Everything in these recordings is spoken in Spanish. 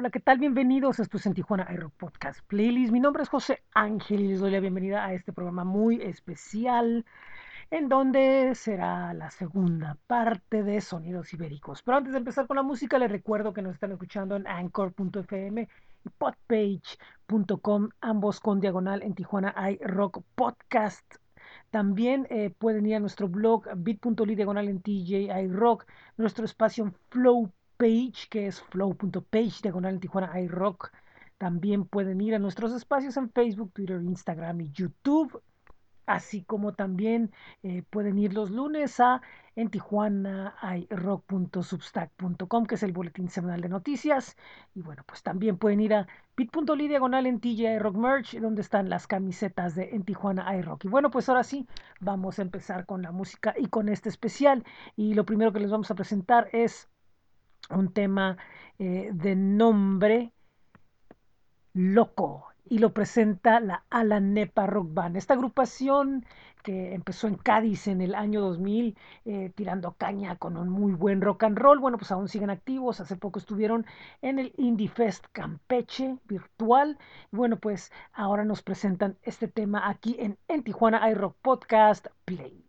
Hola, ¿qué tal? Bienvenidos. Esto es en Tijuana iRock Podcast Playlist. Mi nombre es José Ángel y les doy la bienvenida a este programa muy especial en donde será la segunda parte de Sonidos Ibéricos. Pero antes de empezar con la música, les recuerdo que nos están escuchando en Anchor.fm y Podpage.com, ambos con diagonal en Tijuana iRock Podcast. También pueden ir a nuestro blog bit.ly diagonal en TJ iRock, nuestro espacio en Flow Page, que es flow.page diagonal en Tijuana iRock. También pueden ir a nuestros espacios en Facebook, Twitter, Instagram y YouTube, así como también pueden ir los lunes a en Tijuana iRock.substack.com, que es el boletín semanal de noticias. Y bueno, pues también pueden ir a bit.ly diagonal en TJ Rock Merch, donde están las camisetas de En Tijuana iRock. Y bueno, pues ahora sí, vamos a empezar con la música y con este especial. Y lo primero que les vamos a presentar es un tema de nombre Loco, y lo presenta la Alanepa Rock Band. Esta agrupación que empezó en Cádiz en el año 2000, tirando caña con un muy buen rock and roll. Bueno, pues aún siguen activos. Hace poco estuvieron en el Indie Fest Campeche virtual. Bueno, pues ahora nos presentan este tema aquí en Tijuana iRock Podcast Playlist.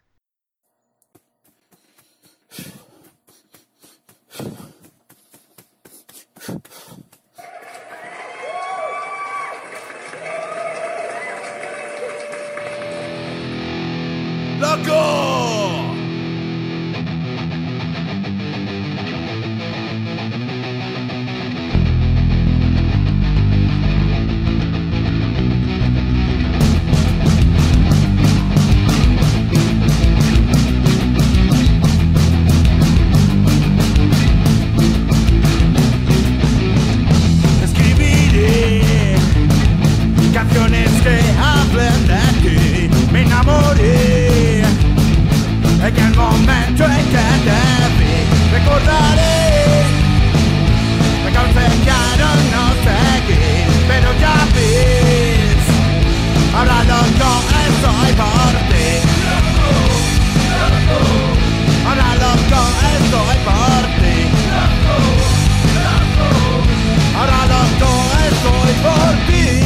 ¡Loco! Escribiré canciones que hablen de ti. Me enamoré en el momento en que te vi. Recordaré me aconsejaron no seguir, pero ya ves, ahora loco estoy por ti. Ahora loco estoy por ti. Ahora loco estoy por ti.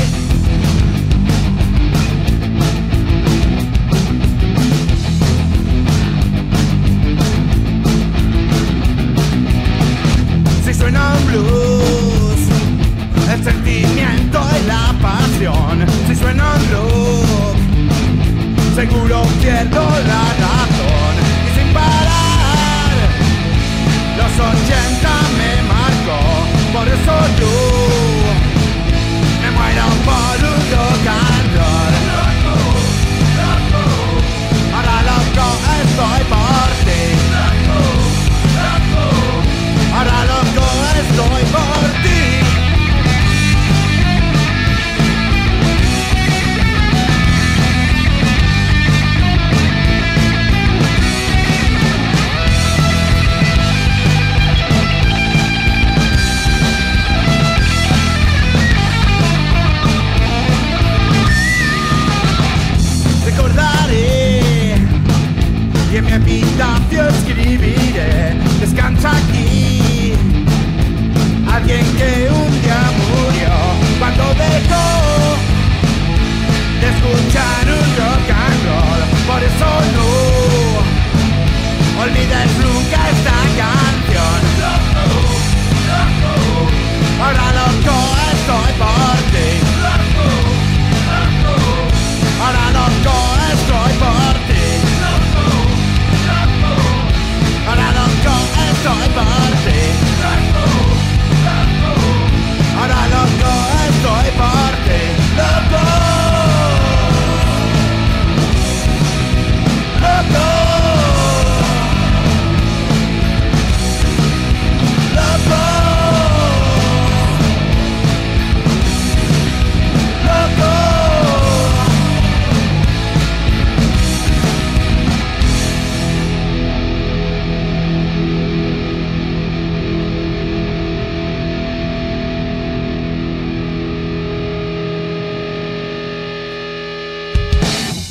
Si suena un blues, el sentimiento y la pasión. Si suena un rock, seguro pierdo la razón. Y sin parar, los 80 me marcó. Por eso yo me muero por un rock and roll. Ahora loco estoy por ti. Ahora loco estoy por ti. Recordaré y en mi epitafio escribiré: descansa aquí alguien que un día murió cuando dejó de escuchar un rock and roll. Por eso no olvides nunca esta canción. Ahora loco estoy por ti. Ahora loco estoy por ti. Ahora loco estoy por ti. Ahora loco estoy por ti. Loco. Loco. Loco. Loco.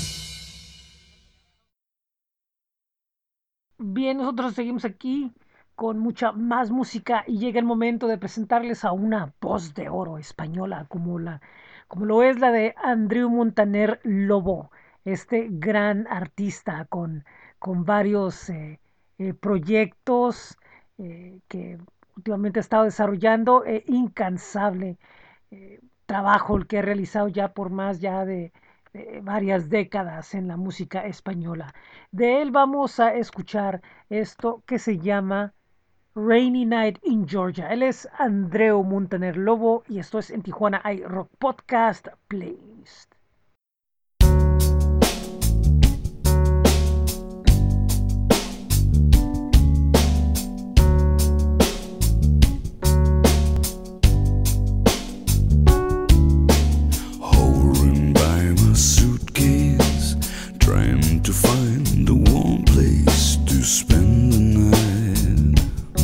Bien, nosotros seguimos aquí con mucha más música y llega el momento de presentarles a una voz de oro española como lo es la de Andreu Montaner Lobo, este gran artista con varios proyectos que últimamente ha estado desarrollando, incansable trabajo el que ha realizado ya por más ya de varias décadas en la música española. De él vamos a escuchar esto que se llama Rainy Night in Georgia. Él es Andreu Montaner Lobo y esto es en Tijuana iRock Podcast Playlist. Hovering by my suitcase, trying to find a warm place to spend the night.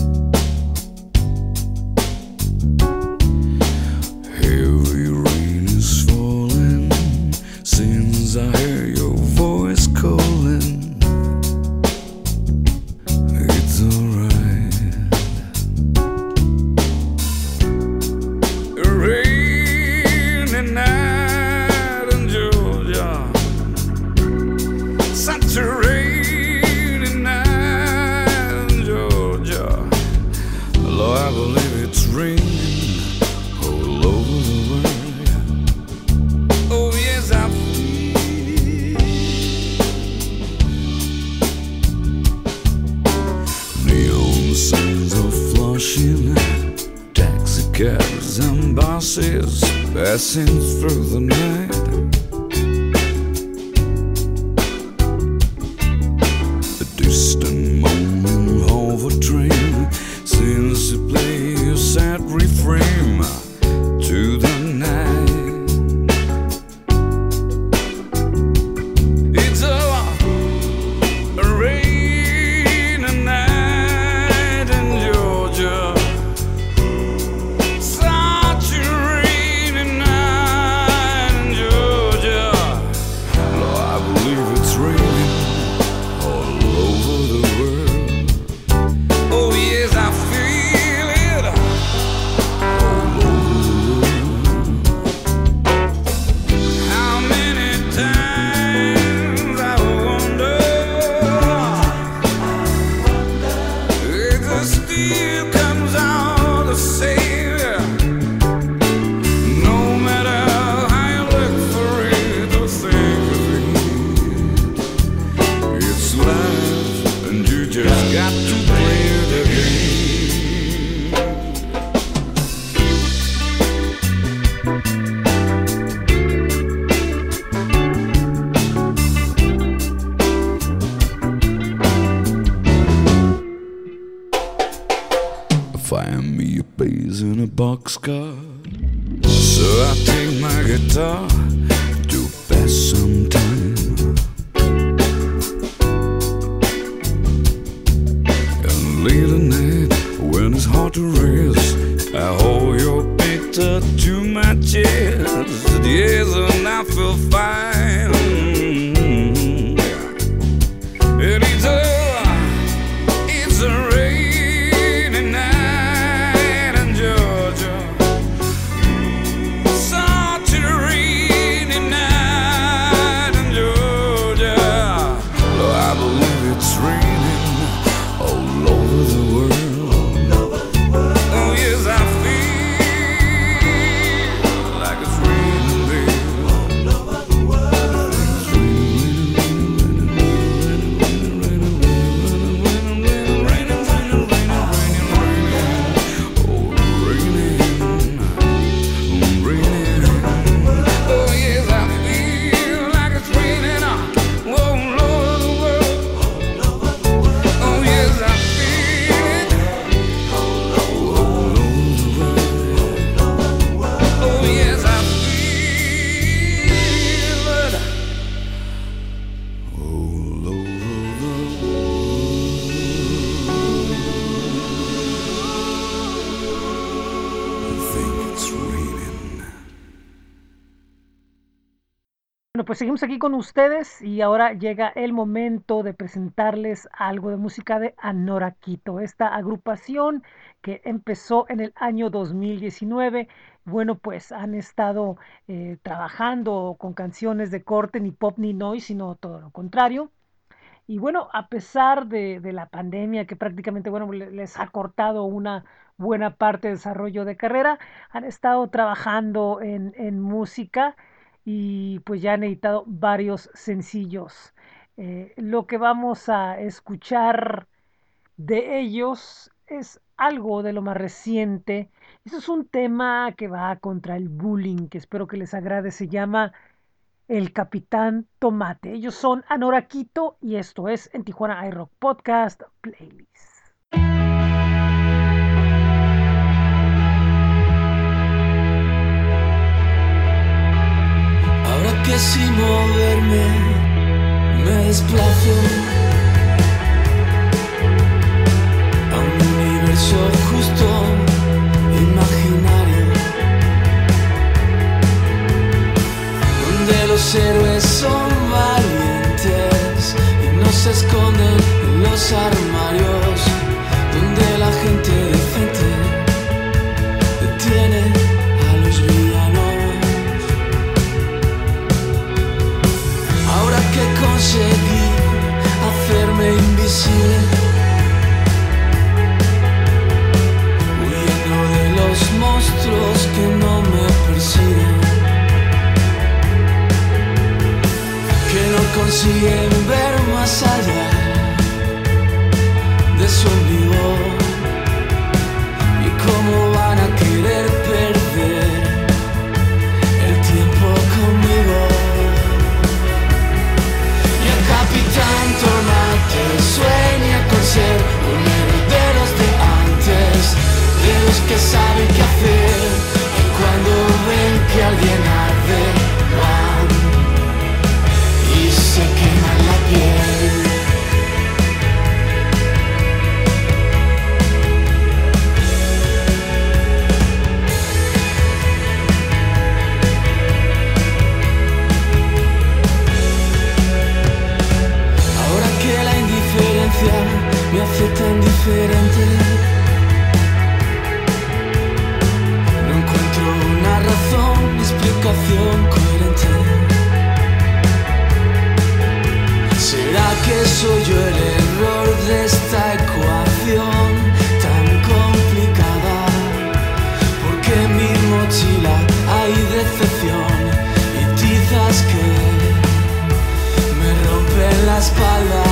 Heavy rain is falling since I hear your voice calling. It's alright. A rainy night in Georgia, such a rainy night in Georgia. Lord, I believe it's raining all over the world. Oh yes, I feel neon signs are flashing, taxi cabs and buses passing through the night. The distant moaning of a train seems to play a sad refrain to the night. It's a rainy night in Georgia, such a rainy night in Georgia. Lord, I believe it's raining all over the world. Oh yes, I feel it all over the world. How many times I wonder if it still comes out the same. No matter how you look for it or think of it, it's life and you just got to play the game. Find me a bass in a boxcar, so I take my guitar to pass some time. And late at night, when it's hard to rest, I hold your picture to my chest. Yes, and I feel fine. And it's a rainy night in Georgia, such a rainy night in Bueno, pues seguimos aquí con ustedes y ahora llega el momento de presentarles algo de música de Anorakito, esta agrupación que empezó en el año 2019. Bueno, pues han estado trabajando con canciones de corte ni pop ni noise, sino todo lo contrario. Y bueno, a pesar de la pandemia que prácticamente, bueno, les ha cortado una buena parte de desarrollo de carrera, han estado trabajando en música y pues ya han editado varios sencillos. Lo que vamos a escuchar de ellos es algo de lo más reciente. Eso es un tema que va contra el bullying, que espero que les agrade. Se llama el Capitán Tomate. Ellos son Anorakito y esto es en Tijuana iRock Podcast Playlist. Ahora que sin moverme me desplazo a un universo justo, imaginario, donde los héroes son valientes y no se esconden en los armarios, donde la gente decente detiene a los villanos. Ahora que conseguí hacerme invisible, huyendo de los monstruos que no me persiguen, que no consiguen ver más allá de su ombligo, y cómo van a querer perder el tiempo conmigo. Y el Capitán Tomate sueña con ser un héroe de los de antes, de los que saben qué hacer, y cuando ven que alguien arde, van y se queman la piel. Ahora que la indiferencia me hace tan diferente, no encuentro una razón, explicación coherente. ¿Será que soy yo el error de esta ecuación tan complicada? Porque en mi mochila hay decepción y tizas que me rompen la espalda.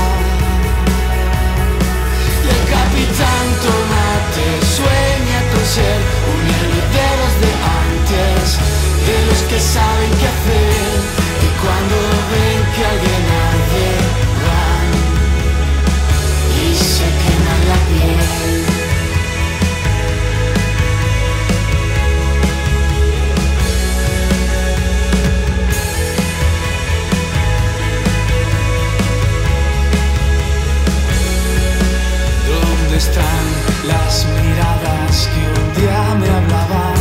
Y el Capitán Tomate sueña con ser un héroe de los de antes, de los que saben qué hacer, y cuando ven que alguien arde, van y se queman la piel. ¿Dónde están las miradas que un día me hablaban?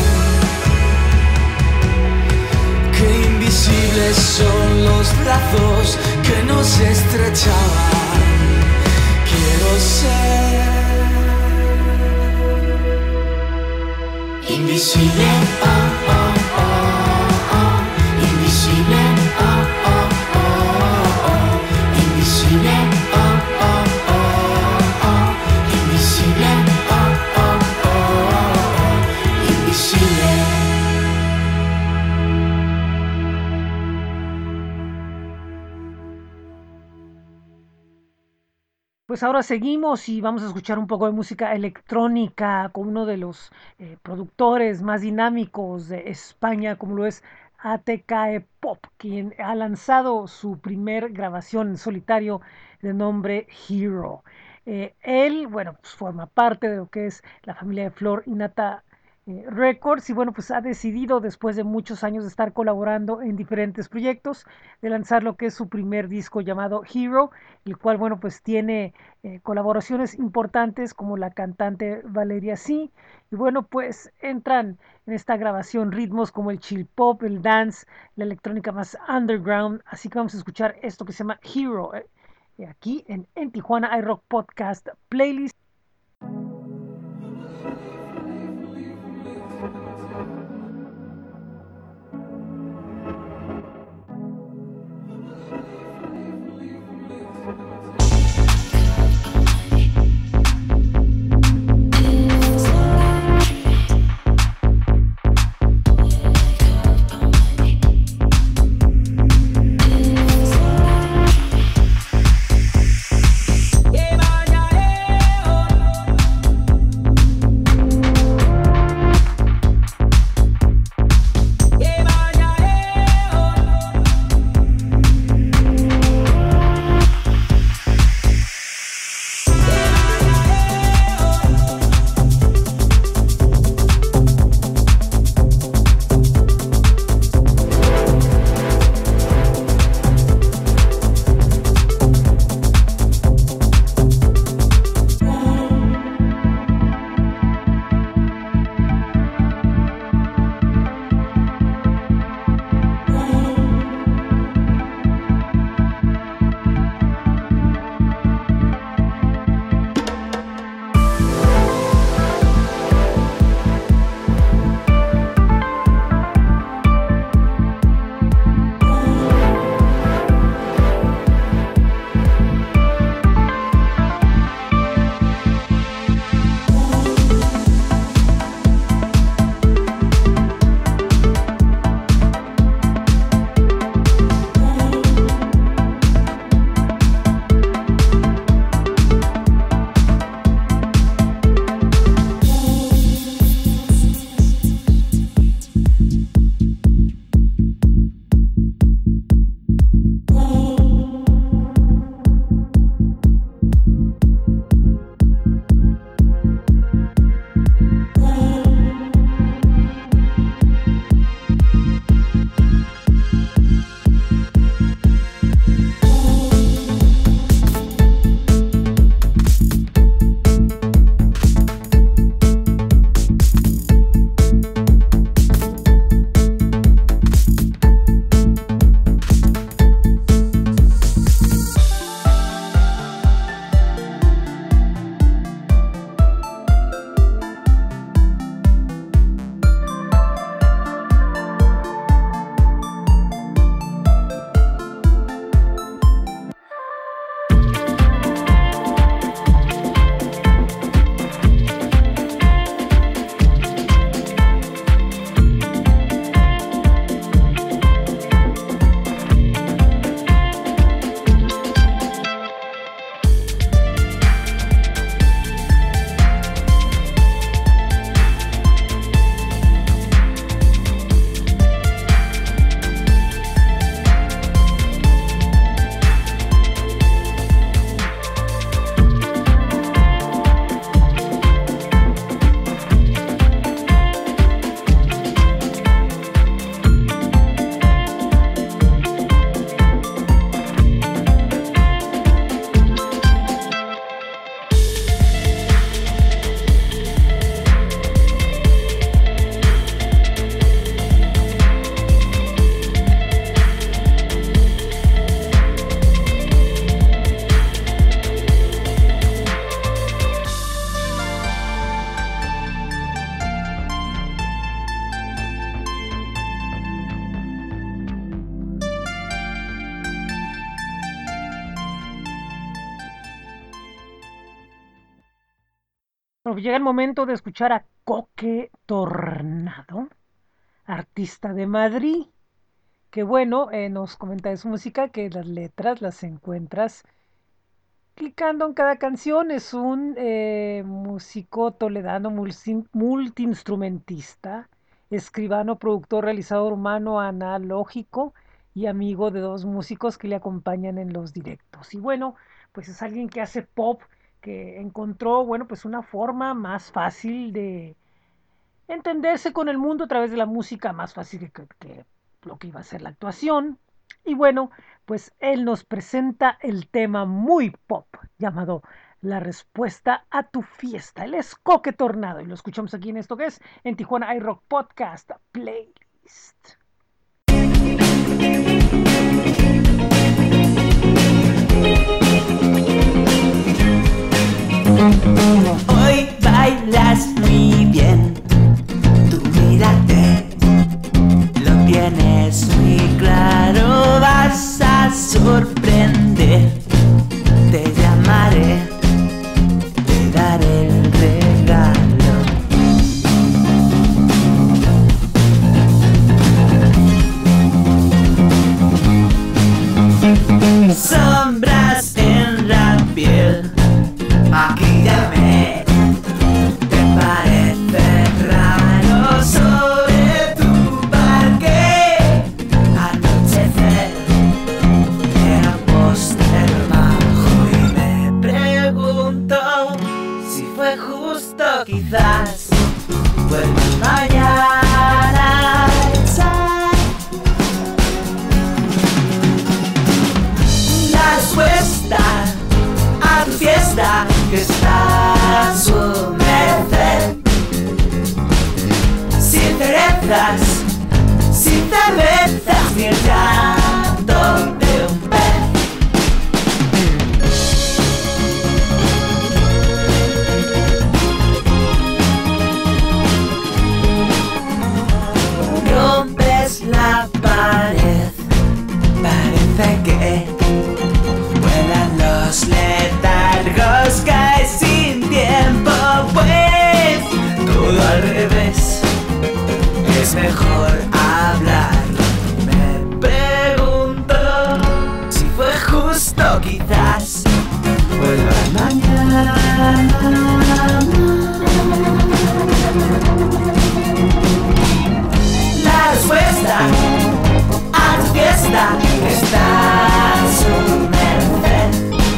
Qué invisibles son los brazos que nos estrechaban. Quiero ser invisible, oh, oh, oh, oh. Invisible, oh, oh, oh, oh. Invisible, oh, oh, oh, oh. Invisible, oh, oh, oh, oh. Invisible. Pues ahora seguimos y vamos a escuchar un poco de música electrónica con uno de los productores más dinámicos de España, como lo es ATKE Pop, quien ha lanzado su primer grabación en solitario de nombre Hero. Él, bueno, pues forma parte de lo que es la familia de Flor y Nata Records y bueno, pues ha decidido después de muchos años de estar colaborando en diferentes proyectos, de lanzar lo que es su primer disco llamado Hero, el cual bueno, pues tiene colaboraciones importantes como la cantante Valeria C. Y bueno, pues entran en esta grabación ritmos como el chill pop, el dance, la electrónica más underground, así que vamos a escuchar esto que se llama Hero, aquí en Tijuana iRock Podcast Playlist. Bueno, llega el momento de escuchar a Coque Tornado, artista de Madrid, que bueno, nos comenta de su música que las letras las encuentras clicando en cada canción. Es un músico toledano multiinstrumentista, escribano, productor, realizador humano, analógico y amigo de dos músicos que le acompañan en los directos. Y bueno, pues es alguien que hace pop, que encontró, bueno, pues una forma más fácil entenderse con el mundo a través de la música, más fácil que lo que iba a ser la actuación. Y bueno, pues él nos presenta el tema muy pop llamado La respuesta a tu fiesta. Él es Coque Tornado y lo escuchamos aquí en esto que es en Tijuana iRock Podcast Playlist. Hoy bailas muy bien, tú mírate, lo tienes muy claro, vas a sorprender. Te llamaré, te daré el regalo. Sombras en la piel, maquíllame, te parece raro sobre tu parque. Anochecer, era un póster bajo y me pregunto si fue justo, quizás vuelvas mañana a echar la respuesta a tu fiesta que está a su merced. Sin cerezas, sin cervezas, ni el llanto de un pez. Rompes la pared, parece que vuelan los letargos, caes sin tiempo, pues todo al revés, es mejor hablar. Me pregunto si fue justo, quizás vuelva mañana. La respuesta a tu fiesta está a su merced.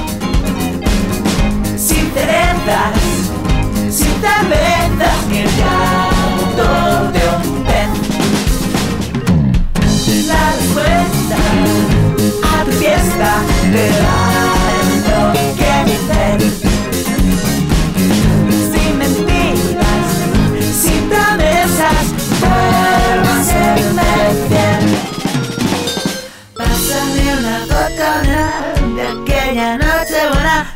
Sin cerezas, sin cervezas, ni el llanto de un pez. La respuesta a tu fiesta te va a enloquecer. Sin mentiras, sin promesas, vuelvo a serme fiel. Pásame una foto de aquella noche buena.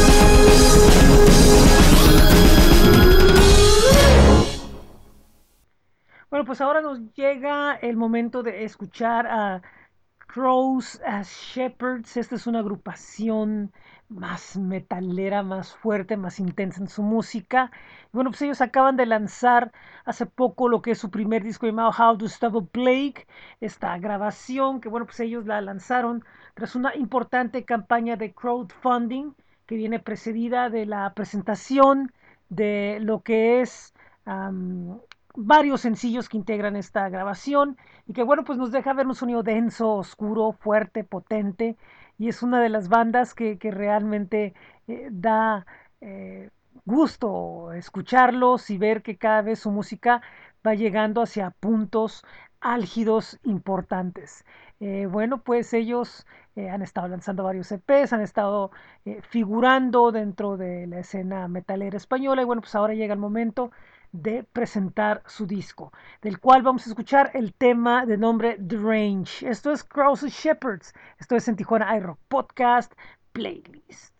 Bueno, pues ahora nos llega el momento de escuchar a Crows as Shepherds. Esta es una agrupación más metalera, más fuerte, más intensa en su música. Bueno, pues ellos acaban de lanzar hace poco lo que es su primer disco llamado How to Stop a Plague. Esta grabación que, bueno, pues ellos la lanzaron tras una importante campaña de crowdfunding que viene precedida de la presentación de lo que es varios sencillos que integran esta grabación y que bueno pues nos deja ver un sonido denso, oscuro, fuerte, potente y es una de las bandas que realmente da gusto escucharlos y ver que cada vez su música va llegando hacia puntos álgidos importantes. Bueno, pues ellos han estado lanzando varios EPs, han estado figurando dentro de la escena metalera española y bueno, pues ahora llega el momento de presentar su disco, del cual vamos a escuchar el tema de nombre The Range. Esto es Crows and Shepherds, esto es en Tijuana iRock Podcast Playlist.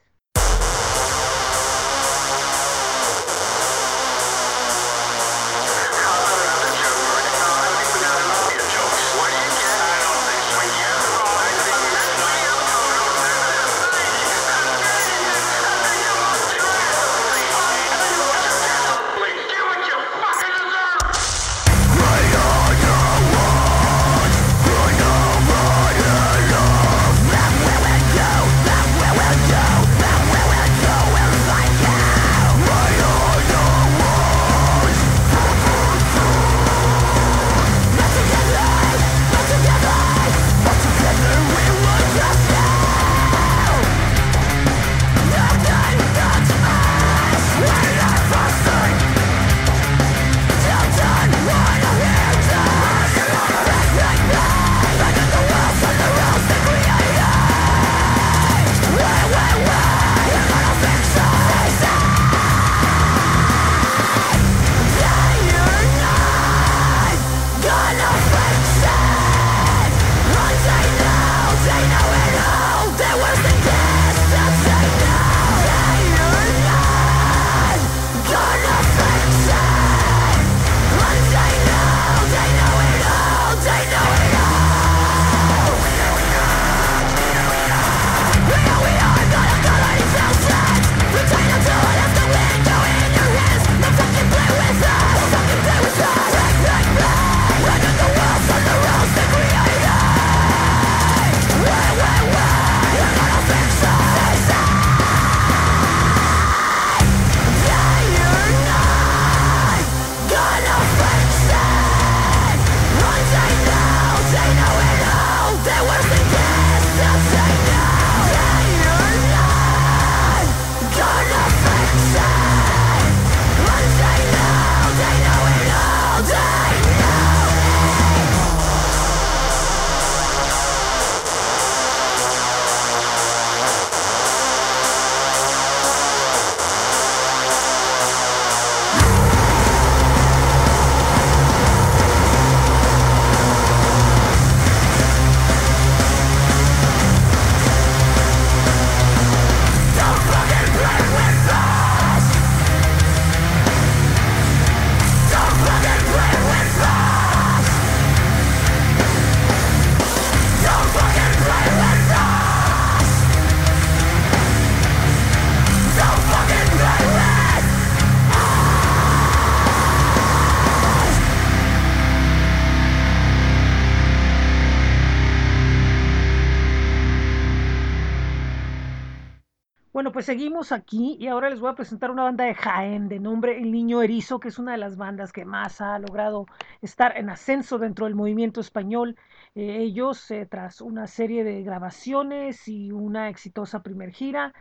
Bueno, pues seguimos aquí y ahora les voy a presentar una banda de Jaén de nombre El Niño Erizo, que es una de las bandas que más ha logrado estar en ascenso dentro del movimiento español. Ellos, tras una serie de grabaciones y una exitosa primer gira,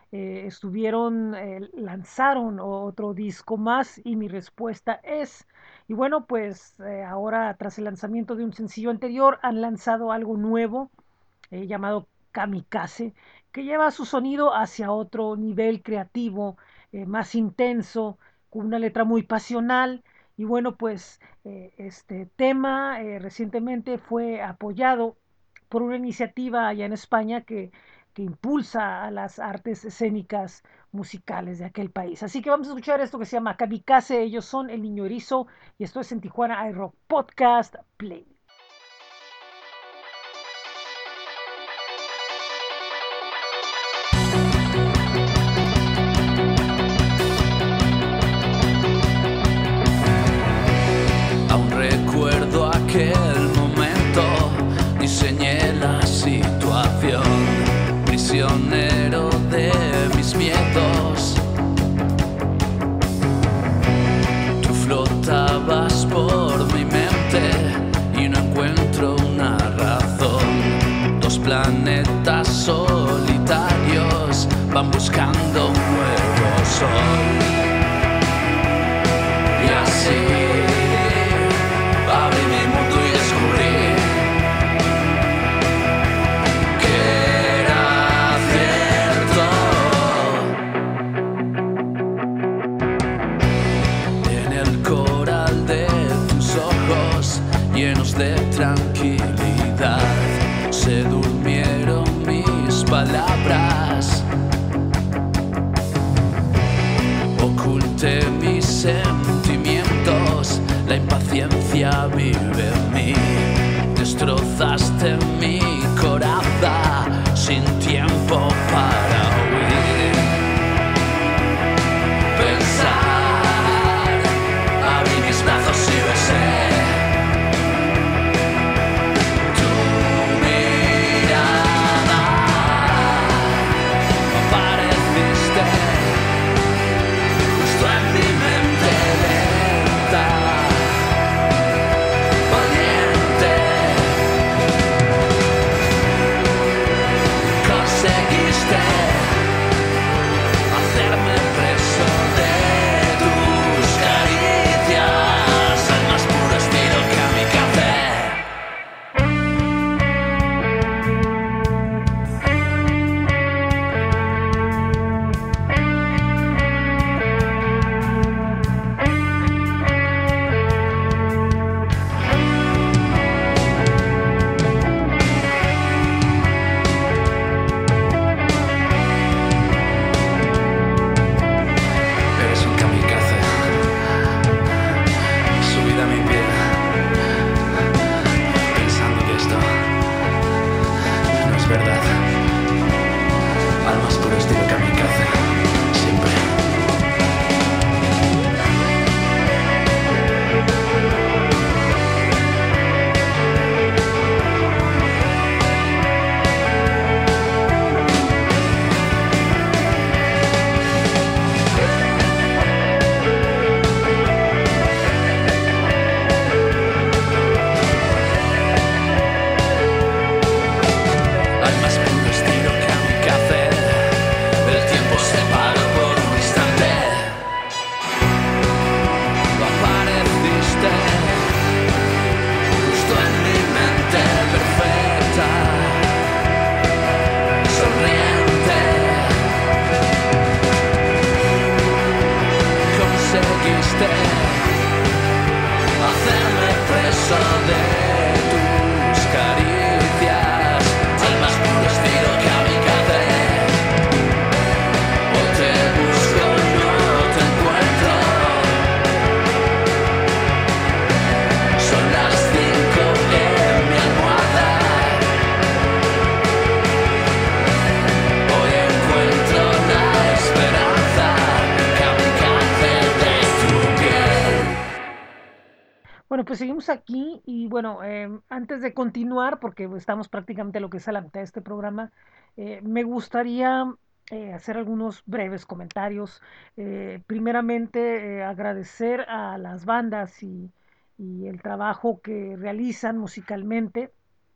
lanzaron otro disco más y mi respuesta es, y bueno, pues ahora tras el lanzamiento de un sencillo anterior han lanzado algo nuevo llamado Kamikaze, que lleva su sonido hacia otro nivel creativo, más intenso, con una letra muy pasional. Y bueno, pues este tema recientemente fue apoyado por una iniciativa allá en España que impulsa a las artes escénicas musicales de aquel país. Así que vamos a escuchar esto que se llama Kamikaze. Ellos son El Niño Erizo y esto es en Tijuana iRock Podcast Play. Aún recuerdo aquel momento, diseñé la situación, prisionero de mis miedos. Tú flotabas por mi mente y no encuentro una razón. Dos planetas solitarios van buscando un nuevo sol. Y así abrí mi mundo y descubrí que era cierto. En el coral de tus ojos, llenos de tranquilidad, se durmieron mis palabras. Oculté mis sentimientos, la impaciencia vive en mí. Destrozaste mi coraza sin tiempo para huir. Pensar, abrí mis brazos y besé tu mirada. Apareciste justo en mi mente lenta, valiente. Conseguiste hacerme preso de tus caricias, al más puro estilo kamikaze. Eres un kamikaze, subida a mi piel, pensando que esto no es verdad. Al más puro estilo kamikaze, siempre. Al más puro estilo kamikaze, el tiempo se paró por un instante. Apareciste justo en mi mente perfecta, sonriente. Conseguiste hacerme preso de tus caricias, al más puro estilo kamikaze. Hoy te busco, no te encuentro. Son las 5 en mi almohada. Hoy encuentro la esperanza, kamikaze de tu piel. Bueno, pues seguimos aquí y bueno, antes de continuar, porque estamos prácticamente a lo que es a la mitad de este programa, me gustaría hacer algunos breves comentarios. Primeramente, agradecer a las bandas y el trabajo que realizan musicalmente,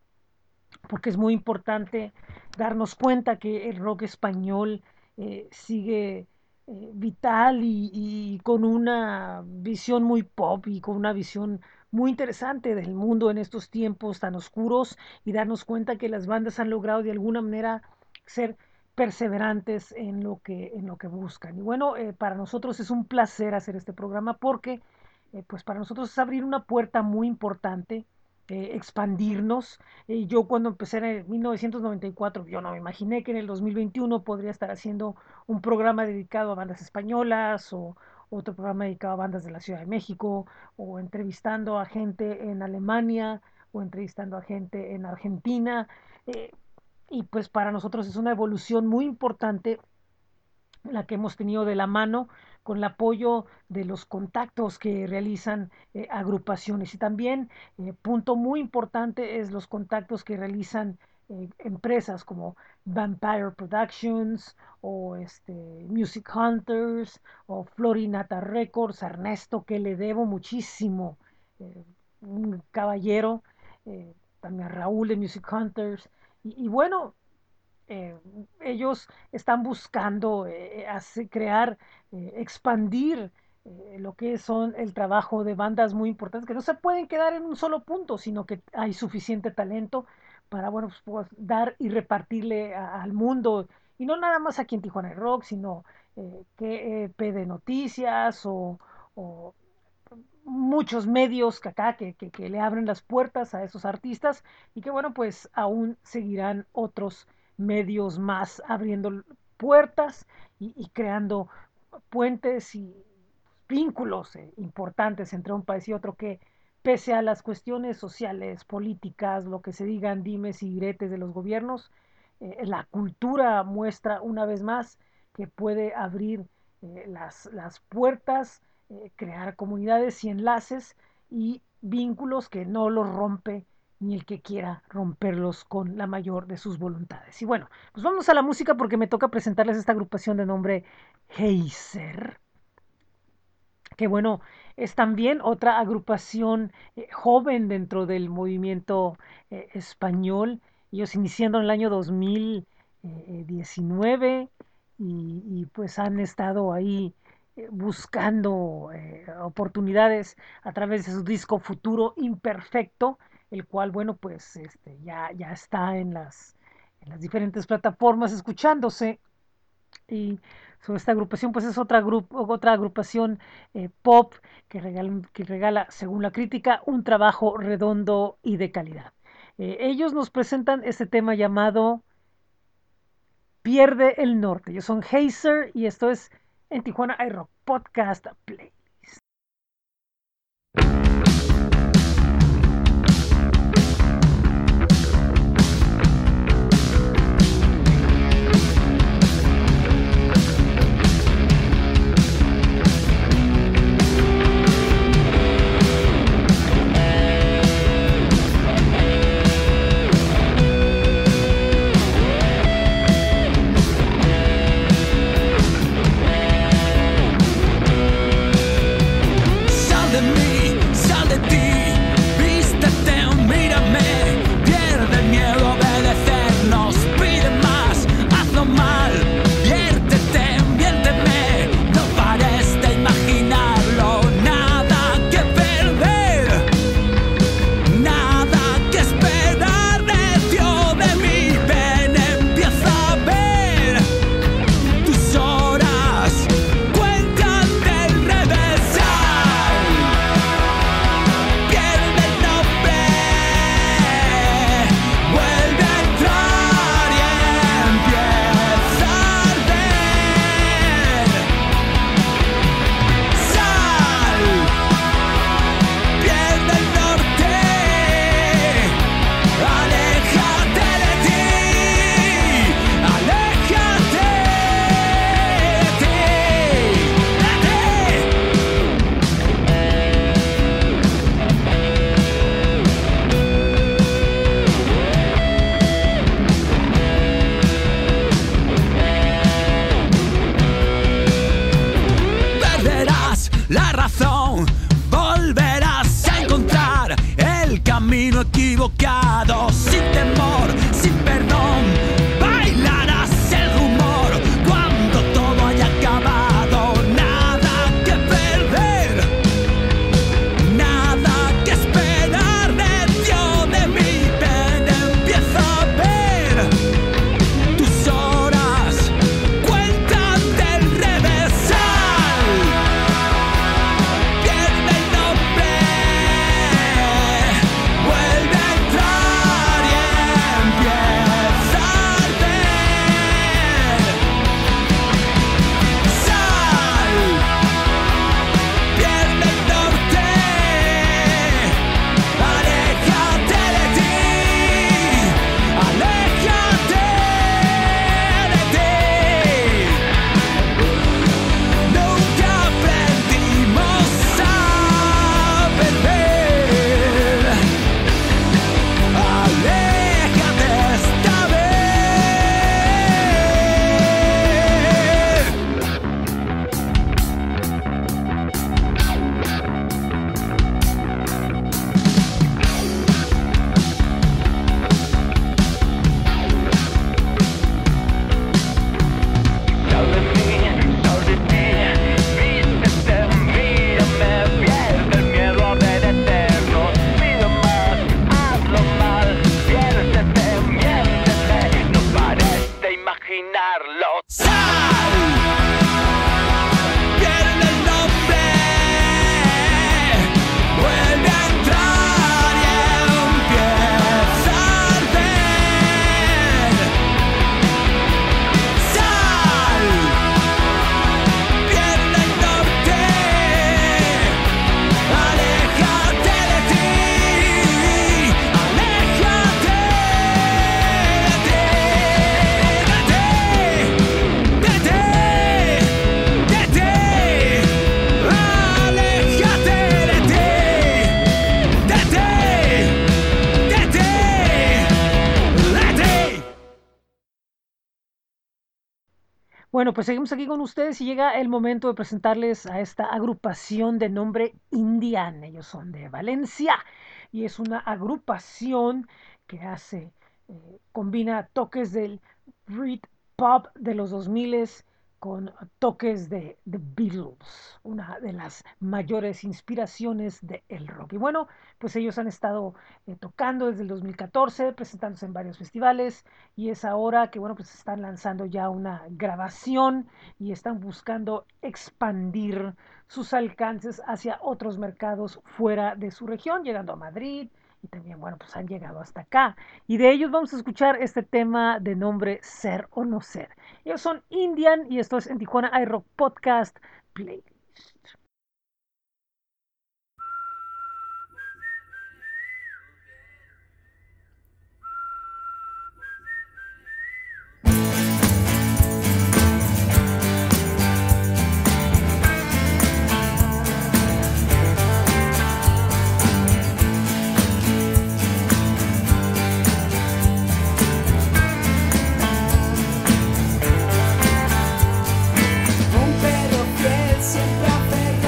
porque es muy importante darnos cuenta que el rock español sigue vital y con una visión muy pop y con una visión muy interesante del mundo en estos tiempos tan oscuros, y darnos cuenta que las bandas han logrado de alguna manera ser perseverantes en lo que buscan. Y bueno, para nosotros es un placer hacer este programa porque pues para nosotros es abrir una puerta muy importante, expandirnos. Yo cuando empecé en 1994, yo no me imaginé que en el 2021 podría estar haciendo un programa dedicado a bandas españolas, o otro programa dedicado a bandas de la Ciudad de México, o entrevistando a gente en Alemania, o entrevistando a gente en Argentina. Eh, y pues para nosotros es una evolución muy importante la que hemos tenido de la mano con el apoyo de los contactos que realizan agrupaciones. Y también, punto muy importante, es los contactos que realizan empresas como Vampire Productions, o Music Hunters, o Florinata Records, a Ernesto, que le debo muchísimo, un caballero, también a Raúl de Music Hunters. Y bueno, eh, ellos están buscando crear, expandir lo que son el trabajo de bandas muy importantes, que no se pueden quedar en un solo punto, sino que hay suficiente talento para, bueno, pues, dar y repartirle al mundo, y no nada más aquí en Tijuana Rock, sino que PD Noticias, o muchos medios que acá que le abren las puertas a esos artistas, y que bueno, pues aún seguirán otros medios más abriendo puertas y creando puentes y vínculos importantes entre un país y otro, que pese a las cuestiones sociales, políticas, lo que se digan dimes y diretes de los gobiernos, la cultura muestra una vez más que puede abrir las puertas, crear comunidades y enlaces y vínculos que no los rompe ni el que quiera romperlos con la mayor de sus voluntades. Y bueno, pues vamos a la música, porque me toca presentarles esta agrupación de nombre Heiser, que bueno, es también otra agrupación joven dentro del movimiento español. Ellos iniciando en el año 2019, pues han estado ahí buscando oportunidades a través de su disco Futuro Imperfecto, el cual, bueno, pues ya está en las diferentes plataformas escuchándose. Y sobre esta agrupación, pues es otra agrupación pop que regala, según la crítica, un trabajo redondo y de calidad. Ellos nos presentan este tema llamado Pierde el Norte. Ellos son Heiser y esto es en Tijuana iRock Podcast Play. camino equivocado, sin temor, sin perdón, bailarás el rumor cuando todo haya acabado. Nada que perder, nada que esperar de ti o de mí. Ven, empieza a ver tus horas cuentan del revésal. Pierde el nombre, vuelve a entrar y empieza a ver. Sal, pierde el norte, aléjate de ti, aléjate de ti. Nunca aprendimos a beber. Aléjate esta vez. Sal de mí, vístete, mírame, pierde el miedo a ver eterno. Pide más, hazlo mal, piérdete, miéntete, no pares de imaginarlo. Sal, pierde el nombre, vuelve a entrar y empieza a ver. Sal, pierde el norte, aléjate de ti, aléjate de ti, aléjate de ti, Bueno, pues seguimos aquí con ustedes y llega el momento de presentarles a esta agrupación de nombre Indian. Ellos son de Valencia y es una agrupación que combina toques del Britpop de los 2000 con toques de The Beatles, una de las mayores inspiraciones del rock. Y bueno, pues ellos han estado tocando desde el 2014, presentándose en varios festivales y es ahora que, bueno, pues están lanzando ya una grabación y están buscando expandir sus alcances hacia otros mercados fuera de su región, llegando a Madrid y también, bueno, pues han llegado hasta acá. Y de ellos vamos a escuchar este tema de nombre Ser o No Ser. Ellos son Indian y esto es en Tijuana iRock Podcast Playlist. Un perro fiel siempre aferrado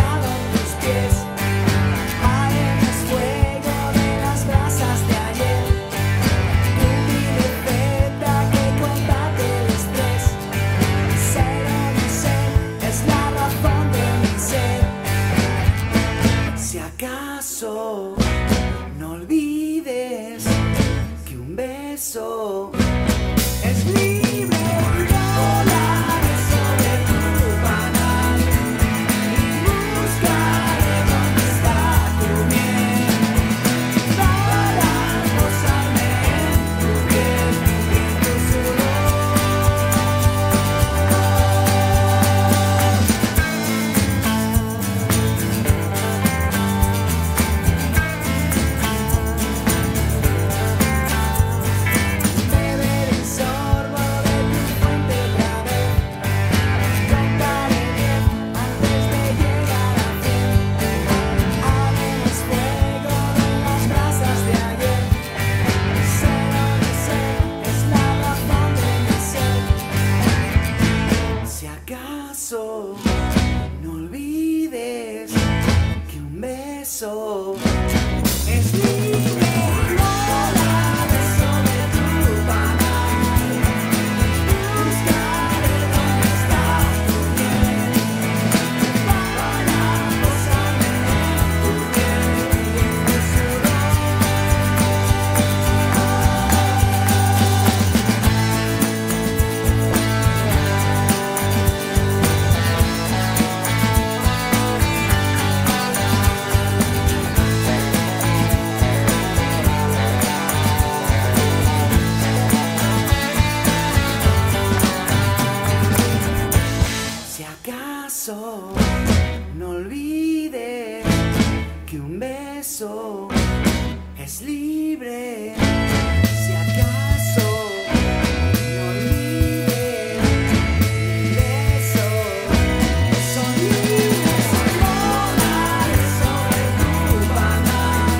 es libre. Si acaso no olvides eso, son libres, volaré sobre tu banal.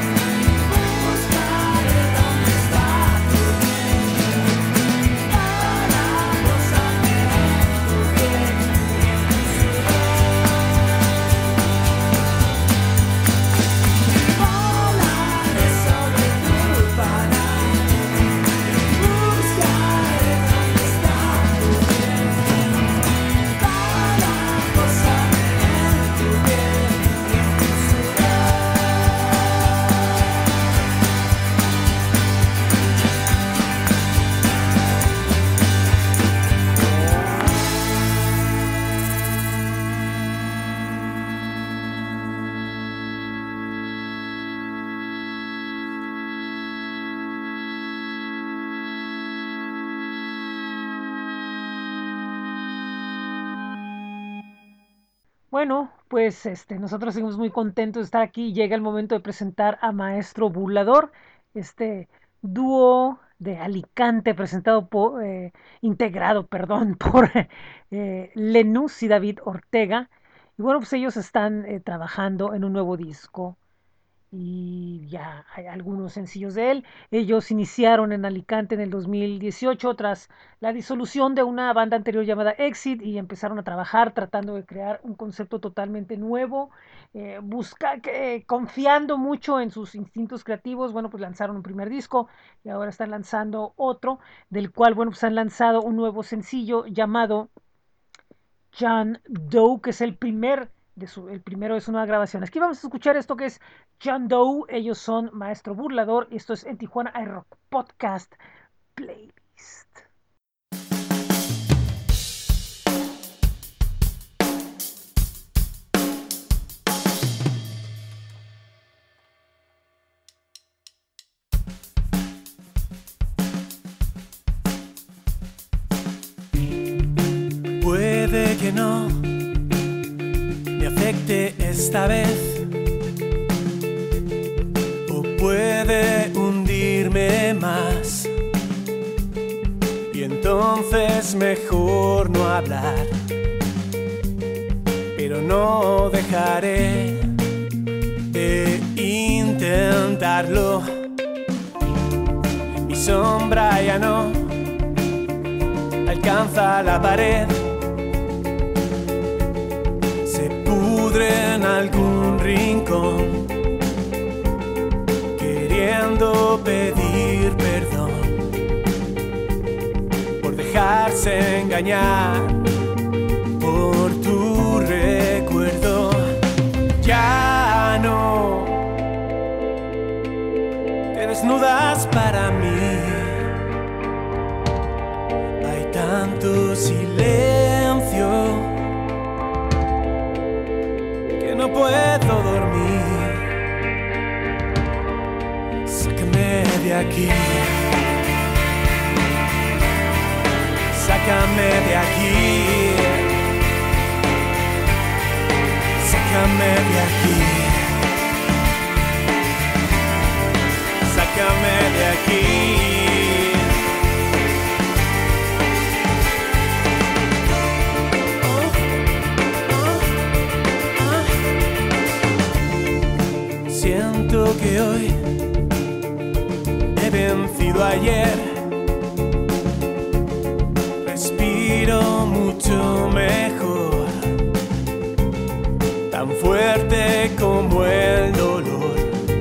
Buscaré dónde está tu bien para gozarme en tu piel y en tu sudor. Volaré sobre tu banal. Buscaré dónde está tu bien para gozarme en tu piel y en tu sudor. Bueno, pues nosotros seguimos muy contentos de estar aquí. Llega el momento de presentar a Maestro Burlador, este dúo de Alicante integrado, perdón, por Lenus y David Ortega. Y bueno, pues ellos están trabajando en un nuevo disco y ya hay algunos sencillos de él. Ellos iniciaron en Alicante en el 2018 tras la disolución de una banda anterior llamada Exit y empezaron a trabajar tratando de crear un concepto totalmente nuevo, confiando mucho en sus instintos creativos. Bueno, pues lanzaron un primer disco y ahora están lanzando otro, del cual, bueno, pues han lanzado un nuevo sencillo llamado John Doe, que es el primero de su nueva grabación. Aquí vamos a escuchar esto que es John Doe. Ellos son Maestro Burlador y esto es en Tijuana iRock Podcast Playlist. Puede que no me afecte esta vez, o puede hundirme más, y entonces mejor no hablar, pero no dejaré de intentarlo. Mi sombra ya no alcanza la pared, en algún rincón, queriendo pedir perdón por dejarse engañar por tu recuerdo. Ya no te desnudas para mí, hay tanto silencio, no puedo dormir. Sácame de aquí, sácame de aquí, sácame de aquí, sácame de aquí. Siento que hoy he vencido ayer, respiro mucho mejor, tan fuerte como el dolor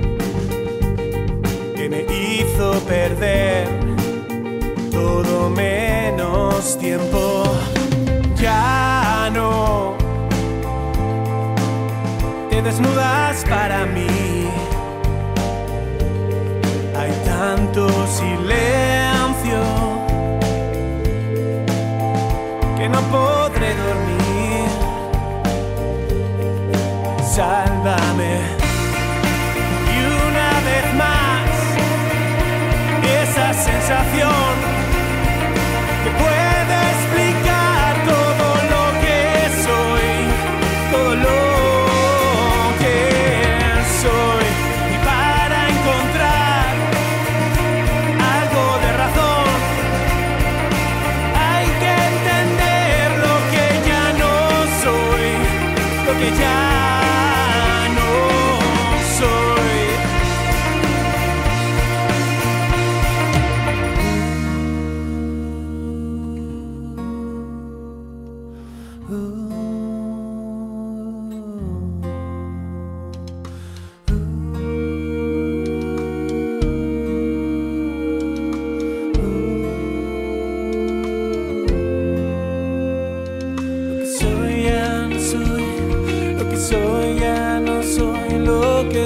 que me hizo perder todo menos tiempo. Ya no te desnudas para mí, hay tanto silencio que no podré dormir. Sálvame. Y una vez más, esa sensación que puede explicar todo lo que soy, todo lo que soy, y para encontrar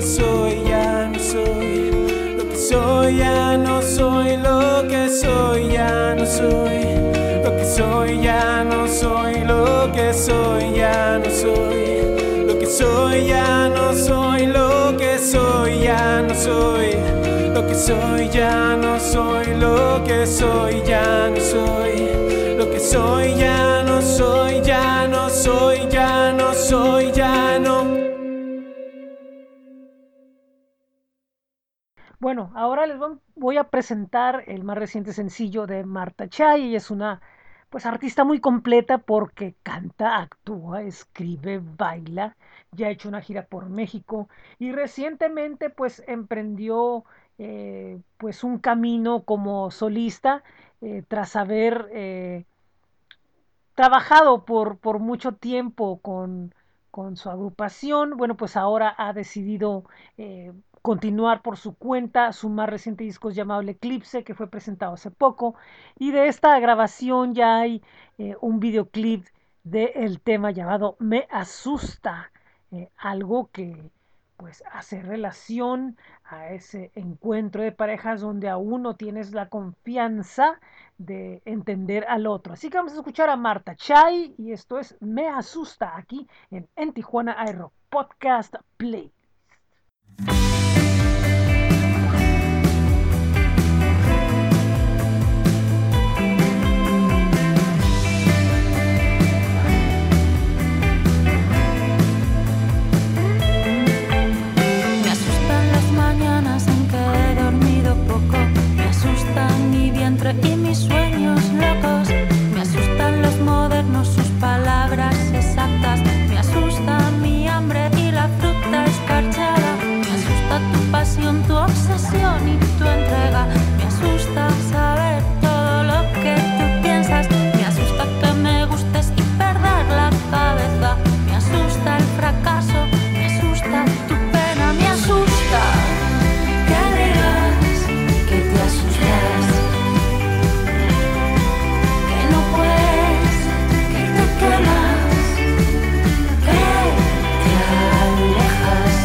soy, ya no soy. Lo que soy, ya no soy. Lo que soy, ya no soy. Lo que soy, ya no soy. Lo que soy, ya no soy. Lo que soy, ya no soy. Lo que soy, ya no soy. Lo que soy, ya no soy. Lo que soy, ya no soy. Lo que soy, ya no soy. Ya no soy, ya no soy, ya no. Bueno, ahora voy a presentar el más reciente sencillo de Marta Chay. Ella es una pues artista muy completa porque canta, actúa, escribe, baila. Ya ha hecho una gira por México y recientemente pues emprendió pues un camino como solista tras haber trabajado por mucho tiempo con su agrupación. Bueno, pues ahora ha decidido continuar por su cuenta. Su más reciente disco es llamado El Eclipse, que fue presentado hace poco. Y de esta grabación ya hay un videoclip del tema llamado Me Asusta, algo que pues hace relación a ese encuentro de parejas donde aún no tienes la confianza de entender al otro. Así que vamos a escuchar a Marta Chay y esto es Me Asusta aquí en Tijuana Aero Podcast Play. Me asustan las mañanas en que he dormido poco. Me asustan mi vientre y mis sueños locos. Me asustan los modernos, sus palabras exactas. Me asusta mi hambre y la fruta escarchada. Me asusta tu pasión, tu obsesión y tu entrega. Me asusta saber todo lo que tú piensas. Me asusta que me gustes y perder la cabeza. Me asusta el fracaso, me asusta tu pena. Me asusta que digas que te asustas, que no puedes, que te quemas, que te alejas.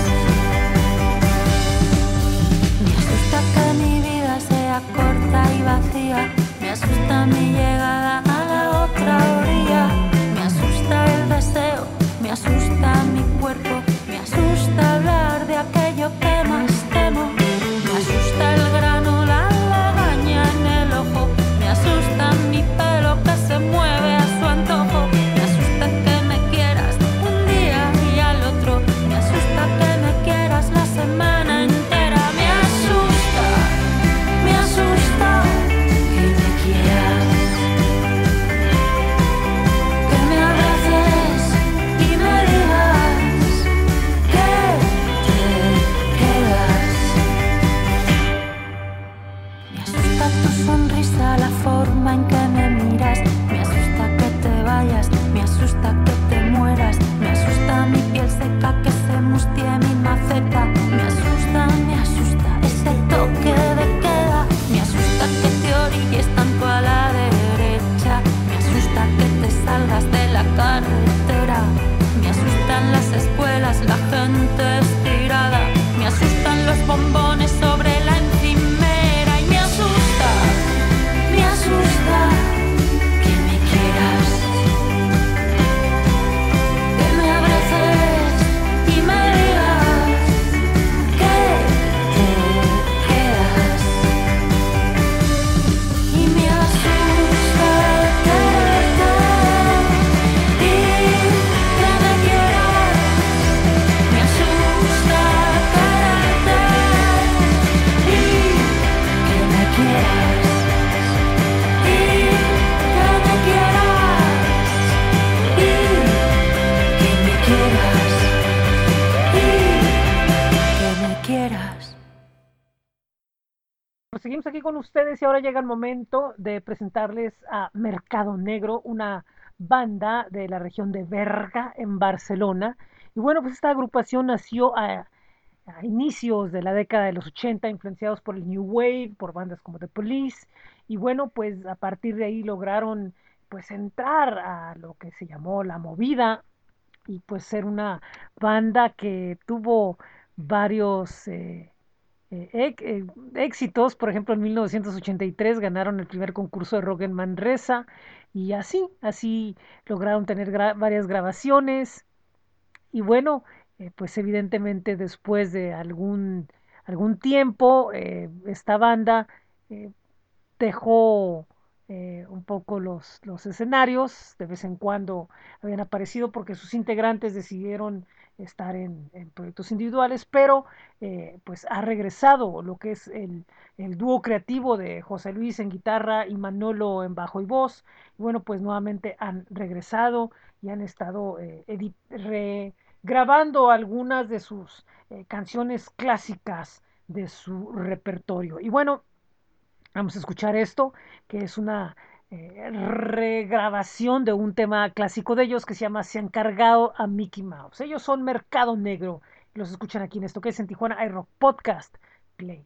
Me asusta que mi vida sea corta y vacía. Me asusta mi llegada a la otra orilla. Me asusta el deseo, me asusta mi cuerpo. Me asusta hablar de aquello que más temo. Me asusta el grano, la lagaña en el ojo. Me asusta mi pelo que se mueve a su antojo. Me asusta que me quieras un día y al otro. Me asusta que me quieras la semana entera. Me asusta que me quieras, que me abraces y me digas que te quedas. Me asusta tu sonrisa, la forma en que me miras. Me asusta que te vayas, me asusta que te mueras. Me asusta mi piel seca que se mustie mi maceta. Me asusta ese toque de queda. Me asusta que te orilles tanto a la derecha. Me asusta que te salgas de la carretera. Me asustan las escuelas, la gente estirada. Me asustan los bombones sobre la encimera. Y me asusta que me quieras, que me abraces y me digas que te quedas. Y me asusta quererte y que me quieras. Me asusta quererte y que me quieras. Y que me quieras. Y que me quieras. Y que me quieras. Pues seguimos aquí con ustedes y ahora llega el momento de presentarles a Mercado Negro, una banda de la región de Berga, en Barcelona. Y bueno, pues esta agrupación nació a inicios de la década de los 80, influenciados por el New Wave, por bandas como The Police. Y bueno, pues a partir de ahí lograron pues entrar a lo que se llamó la movida y pues ser una banda que tuvo varios éxitos. Por ejemplo, en 1983 ganaron el primer concurso de rock en Manresa y así lograron tener varias grabaciones. Y bueno, pues evidentemente después de algún tiempo, esta banda eh, dejó un poco los escenarios. De vez en cuando habían aparecido porque sus integrantes decidieron estar en proyectos individuales, pero pues ha regresado lo que es el dúo creativo de José Luis en guitarra y Manolo en bajo y voz. Y bueno, pues nuevamente han regresado y han estado grabando algunas de sus canciones clásicas de su repertorio. Y bueno, vamos a escuchar esto, que es una regrabación de un tema clásico de ellos que se llama Se han cargado a Mickey Mouse. Ellos son Mercado Negro. Los escuchan aquí en esto que es en Tijuana iRock Podcast Play.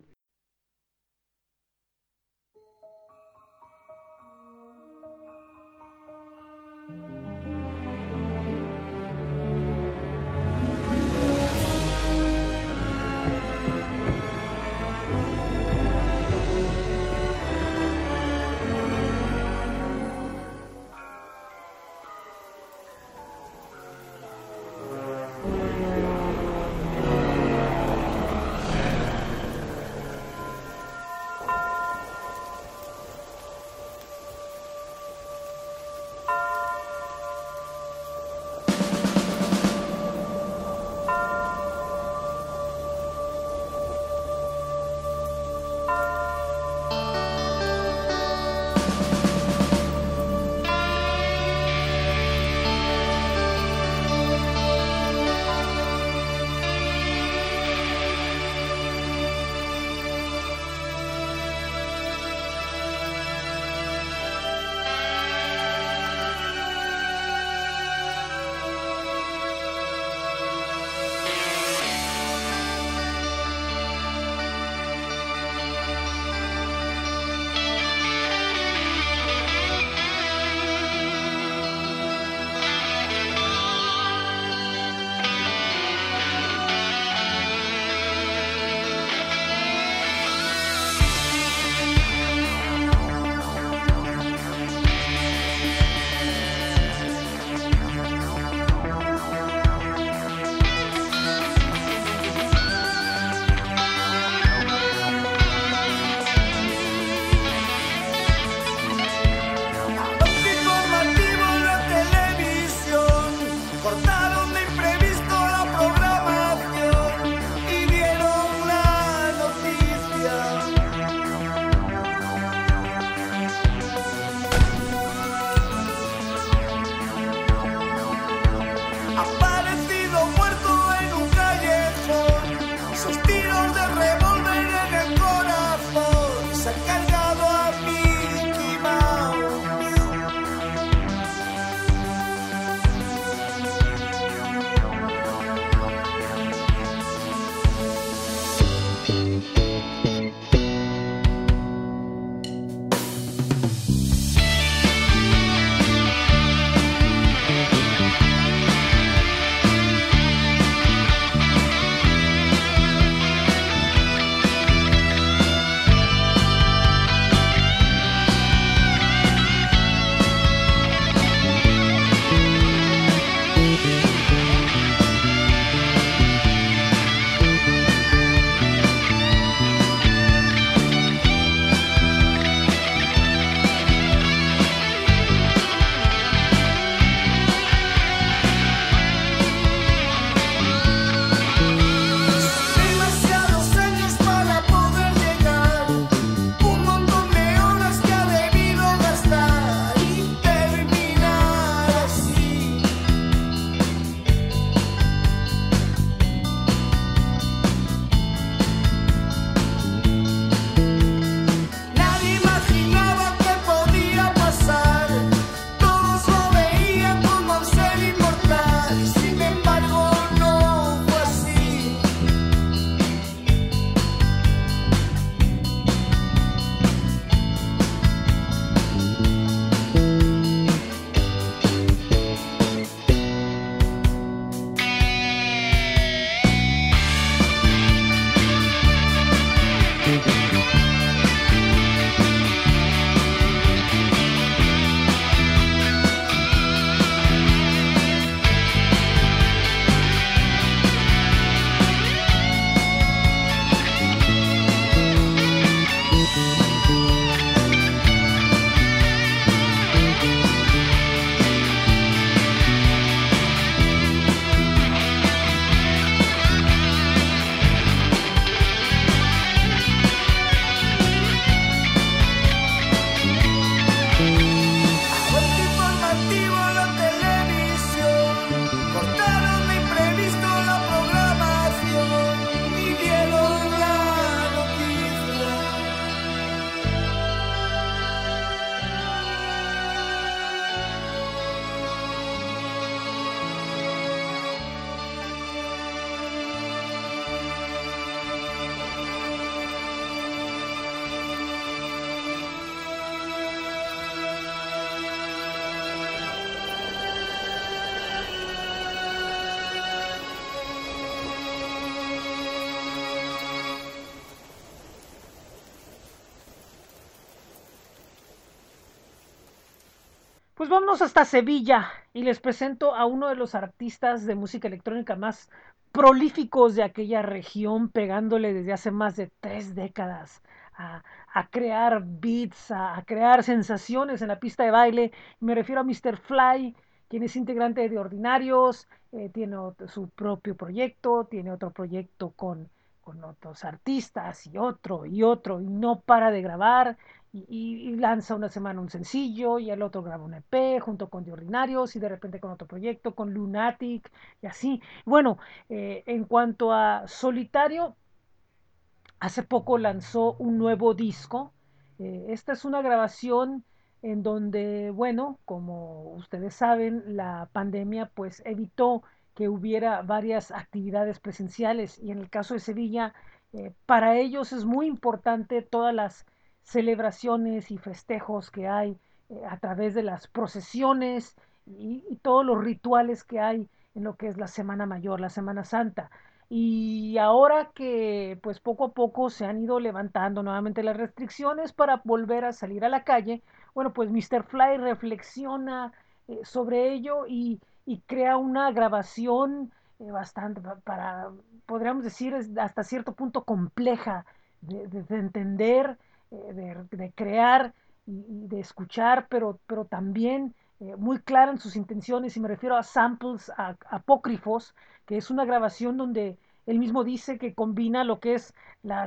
Pues vámonos hasta Sevilla y les presento a uno de los artistas de música electrónica más prolíficos de aquella región, pegándole desde hace más de 3 décadas a crear beats, a crear sensaciones en la pista de baile. Me refiero a Mr. Fly, quien es integrante de Ordinarios, tiene su propio proyecto, tiene otro proyecto con otros artistas y otro, y no para de grabar y lanza una semana un sencillo y el otro graba un EP junto con The Ordinarios y de repente con otro proyecto, con Lunatic y así. Bueno, en cuanto a solitario, hace poco lanzó un nuevo disco. Esta es una grabación en donde, bueno, como ustedes saben, la pandemia pues evitó que hubiera varias actividades presenciales y en el caso de Sevilla, para ellos es muy importante todas las celebraciones y festejos que hay a través de las procesiones y todos los rituales que hay en lo que es la Semana Mayor, la Semana Santa. Y ahora que pues poco a poco se han ido levantando nuevamente las restricciones para volver a salir a la calle, bueno, pues Mr. Fly reflexiona sobre ello y crea una grabación bastante podríamos decir, hasta cierto punto compleja de entender, de crear y de escuchar, pero también muy clara en sus intenciones, y me refiero a samples apócrifos, que es una grabación donde él mismo dice que combina lo que es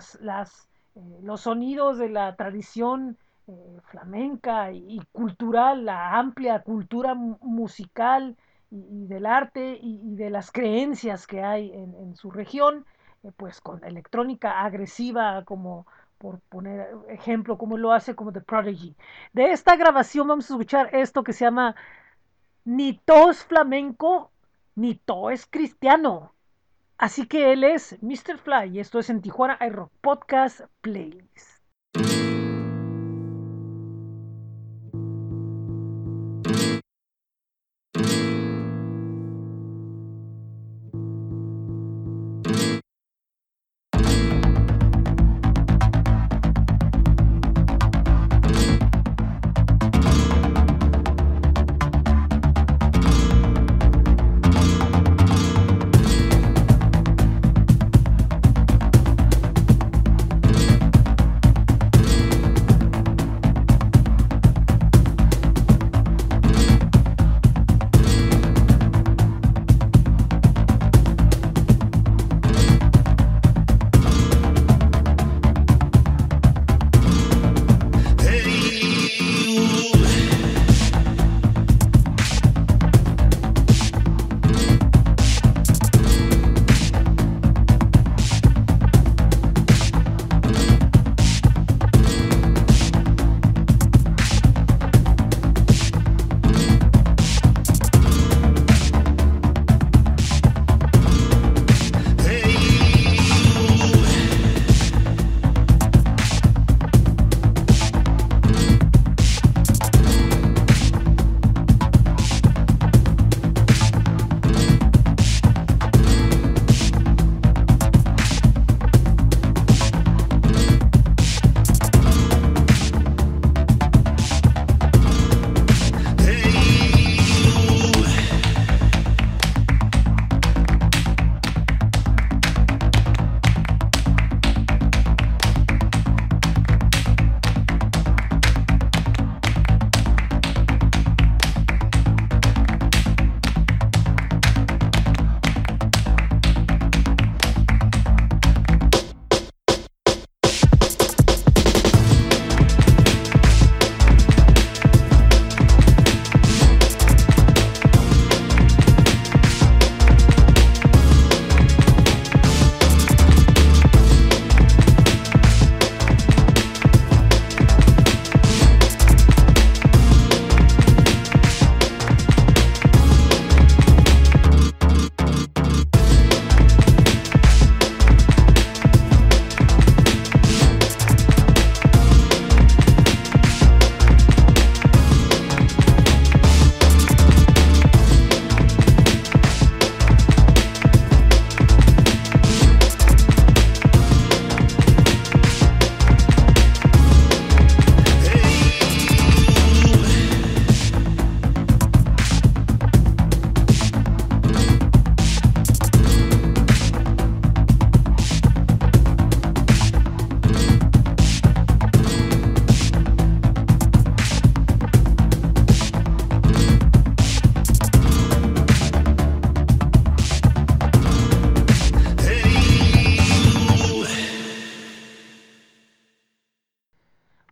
los sonidos de la tradición flamenca y cultural, la amplia cultura musical y del arte y de las creencias que hay en su región, pues con electrónica agresiva, como por poner ejemplo, como lo hace como The Prodigy. De esta grabación vamos a escuchar esto que se llama Ni todo es flamenco, ni todo es cristiano. Así que él es Mr. Fly y esto es en Tijuana iRock Podcast Playlist.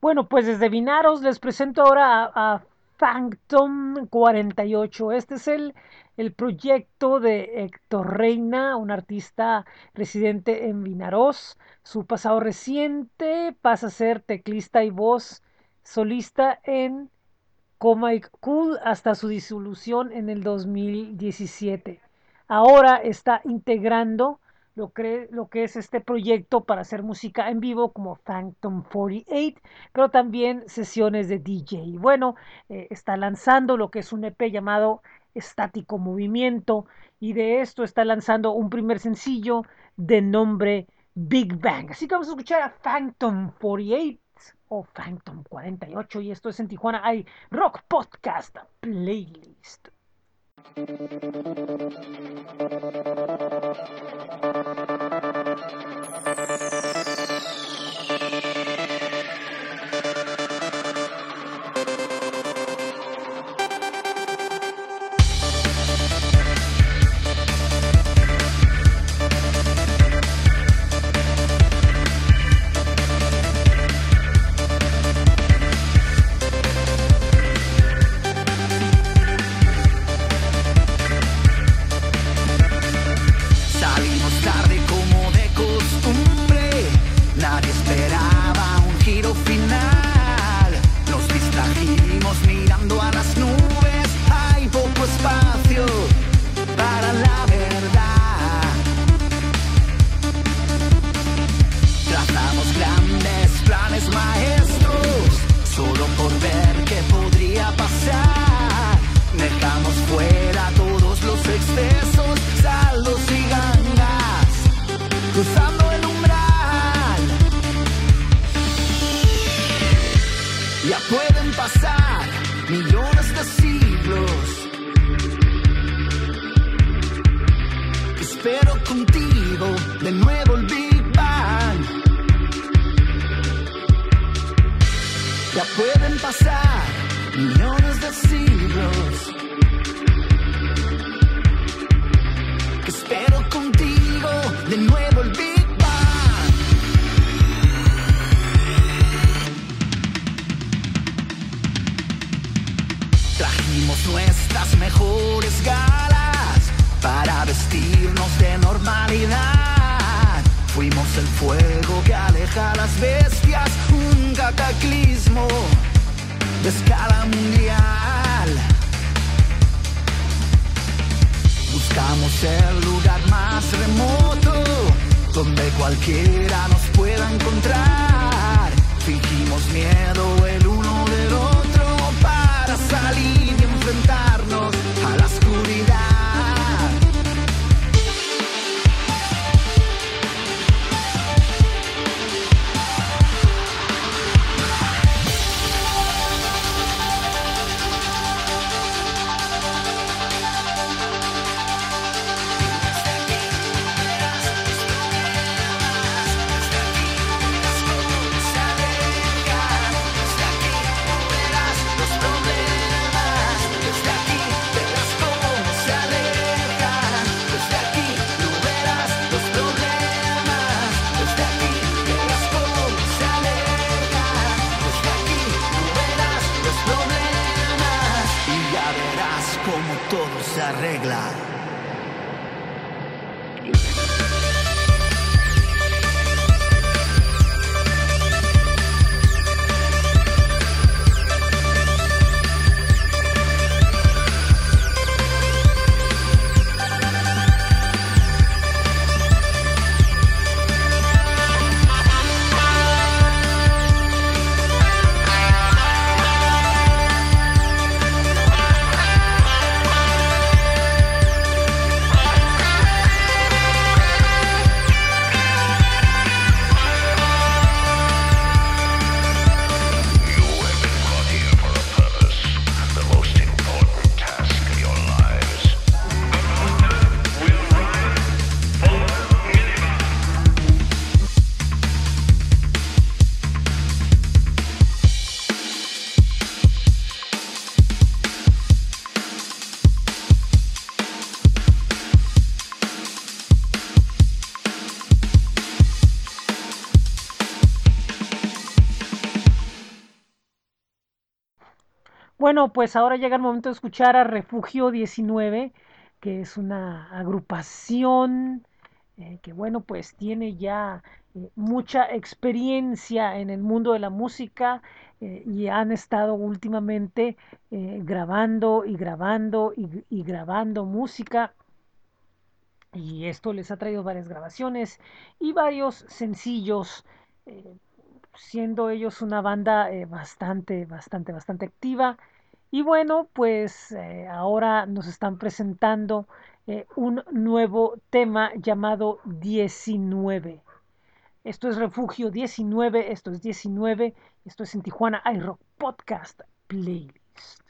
Bueno, pues desde Vinaros les presento ahora a Phantom 48. Este es el proyecto de Héctor Reina, un artista residente en Vinaros. Su pasado reciente pasa a ser teclista y voz solista en Coma y Cool hasta su disolución en el 2017. Ahora está integrando lo que es este proyecto para hacer música en vivo como Phantom 48, pero también sesiones de DJ. Bueno, está lanzando lo que es un EP llamado Estático Movimiento y de esto está lanzando un primer sencillo de nombre Big Bang. Así que vamos a escuchar a Phantom 48 o Phantom 48 y esto es en Tijuana hay Rock Podcast Playlist. Bueno, pues ahora llega el momento de escuchar a Refugio 19, que es una agrupación que, bueno, pues tiene ya mucha experiencia en el mundo de la música y han estado últimamente grabando y grabando y grabando música. Y esto les ha traído varias grabaciones y varios sencillos, eh, siendo ellos una banda bastante activa. Y bueno, pues ahora nos están presentando un nuevo tema llamado 19. Esto es Refugio 19, esto es 19, esto es en Tijuana iRock Podcast Playlist.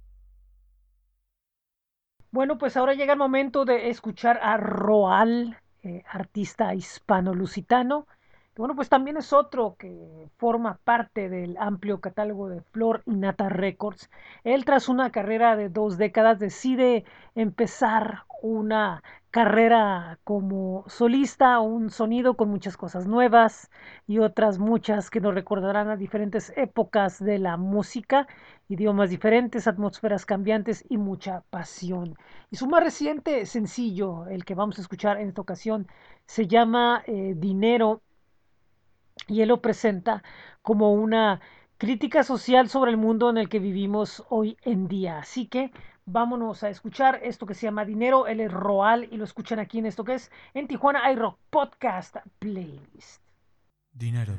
Bueno, pues ahora llega el momento de escuchar a Roal. artista hispano-lusitano. Bueno, pues también es otro que forma parte del amplio catálogo de Flor y Nata Records. Él, tras una carrera de 2 décadas, decide empezar una carrera como solista, un sonido con muchas cosas nuevas y otras muchas que nos recordarán a diferentes épocas de la música, idiomas diferentes, atmósferas cambiantes y mucha pasión. Y su más reciente sencillo, el que vamos a escuchar en esta ocasión, se llama Dinero, y él lo presenta como una crítica social sobre el mundo en el que vivimos hoy en día. Así que vámonos a escuchar esto que se llama Dinero. Él es Roal y lo escuchan aquí en esto que es En Tijuana iRock Podcast Playlist. Dinero.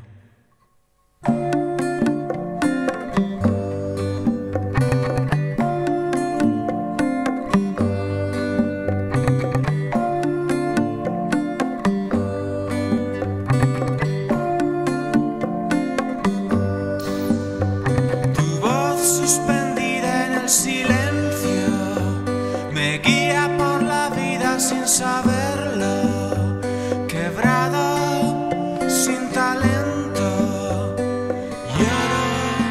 Saberlo, quebrado, sin talento, lloro,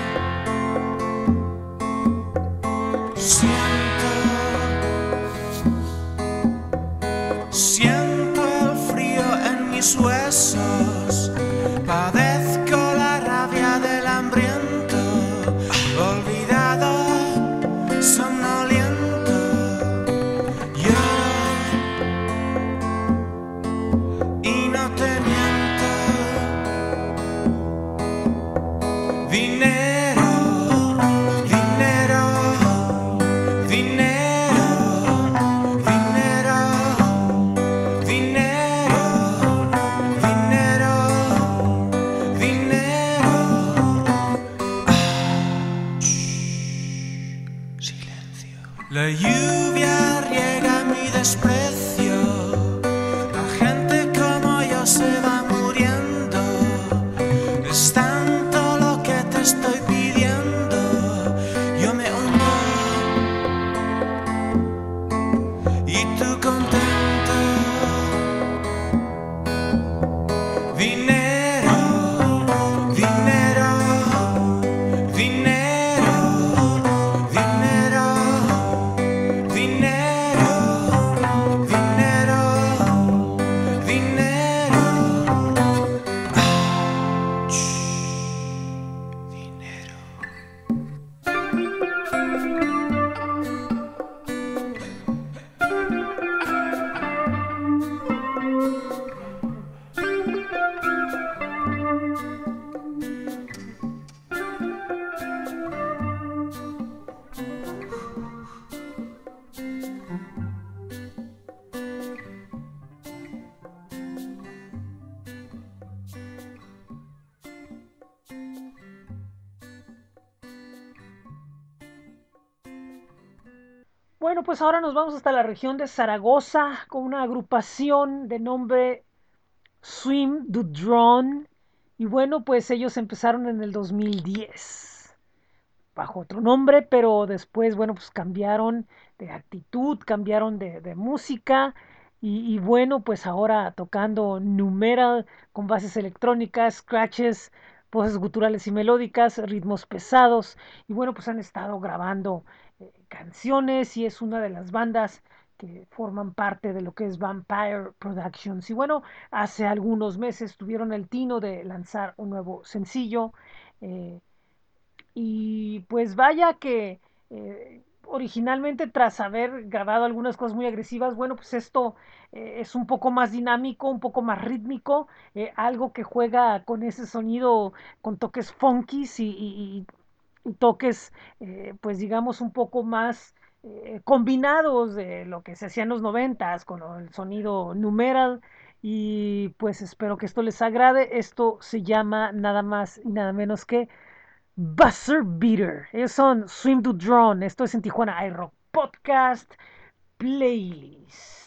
siento el frío en mis huesos, padezco la rabia del hambriento, olvidado, somnoliento. La lluvia riega mi desprecio, la gente como yo se va muriendo, es tanto lo que te estoy pidiendo, yo me hundo y tú contento. Dinero, dinero, dinero, dinero. Bueno, pues ahora nos vamos hasta la región de Zaragoza con una agrupación de nombre Swim du Drone. Y bueno, pues ellos empezaron en el 2010 bajo otro nombre, pero después, bueno, pues cambiaron de actitud, cambiaron de música. Y bueno, pues ahora tocando nu metal con bases electrónicas, scratches, voces guturales y melódicas, ritmos pesados. Y bueno, pues han estado grabando canciones y es una de las bandas que forman parte de lo que es Vampire Productions. Y bueno, hace algunos meses tuvieron el tino de lanzar un nuevo sencillo. eh, y pues vaya que originalmente, tras haber grabado algunas cosas muy agresivas, bueno, pues esto es un poco más dinámico, un poco más rítmico, algo que juega con ese sonido, con toques funkies y toques, pues digamos, un poco más combinados de lo que se hacía en los 90s con el sonido nu metal. Y pues espero que esto les agrade. Esto se llama nada más y nada menos que Buzzer Beater. Ellos son Swim to Drone. Esto es En Tijuana iRock Podcast Playlist.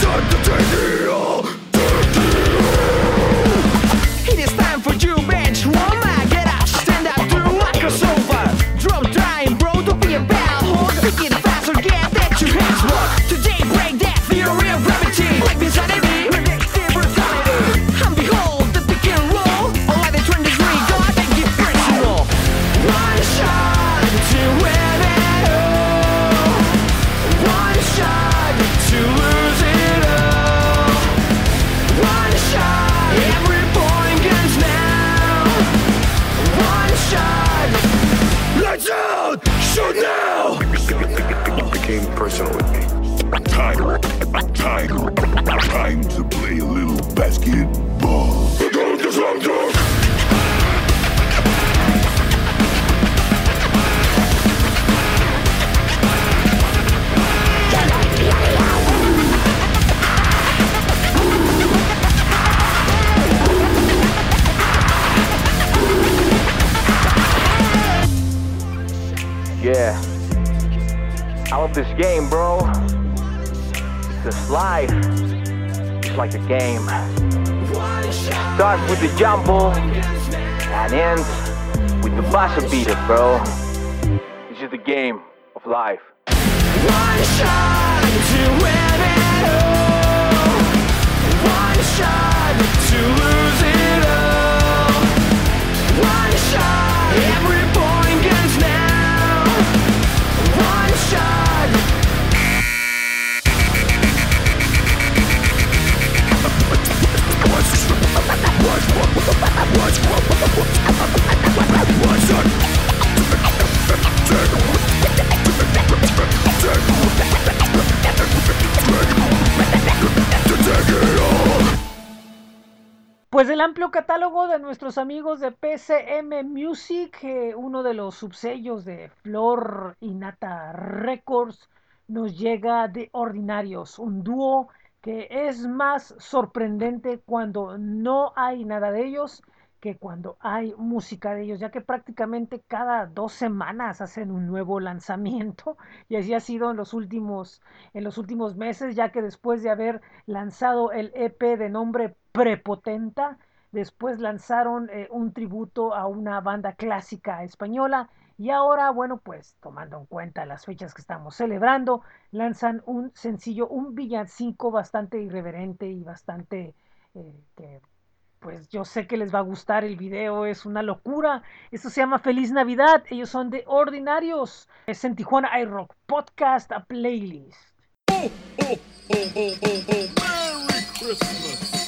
time to take it all. It is time for you, bitch. Woman, get up, stand up, do like a sofa. Drop down, bro, don't be a bad hold. Pick it fast or get that your hands work. Today, break that theory of gravity. Like this enemy, predictive brutality. And behold, the pick and roll. All like the 23, God, make it personal. One shot to win it all. One shot to lose it all. One shot, every point counts now. One shot, lights out, shoot now. It became personal with me. Time to play a little basketball. Yeah, I love this game, bro. This life is like a game. Starts with the jumble and ends with the buzzer beater, bro. This is the game of life. One shot to win it all. One shot to lose it all. One shot, every point counts now. One shot. Pues el amplio catálogo de nuestros amigos de PCM Music, uno de los subsellos de Flor y Nata Records, nos llega de Ordinarios, un dúo que es más sorprendente cuando no hay nada de ellos que cuando hay música de ellos, ya que prácticamente cada 2 semanas hacen un nuevo lanzamiento, y así ha sido en los últimos meses, ya que después de haber lanzado el EP de nombre Prepotenta, después lanzaron un tributo a una banda clásica española, y ahora, bueno, pues tomando en cuenta las fechas que estamos celebrando, lanzan un sencillo, un villancico bastante irreverente y bastante que pues yo sé que les va a gustar. El video es una locura. Esto se llama Feliz Navidad. Ellos son de Ordinarios. Es en Tijuana iRock Podcast a Playlist. Merry Christmas.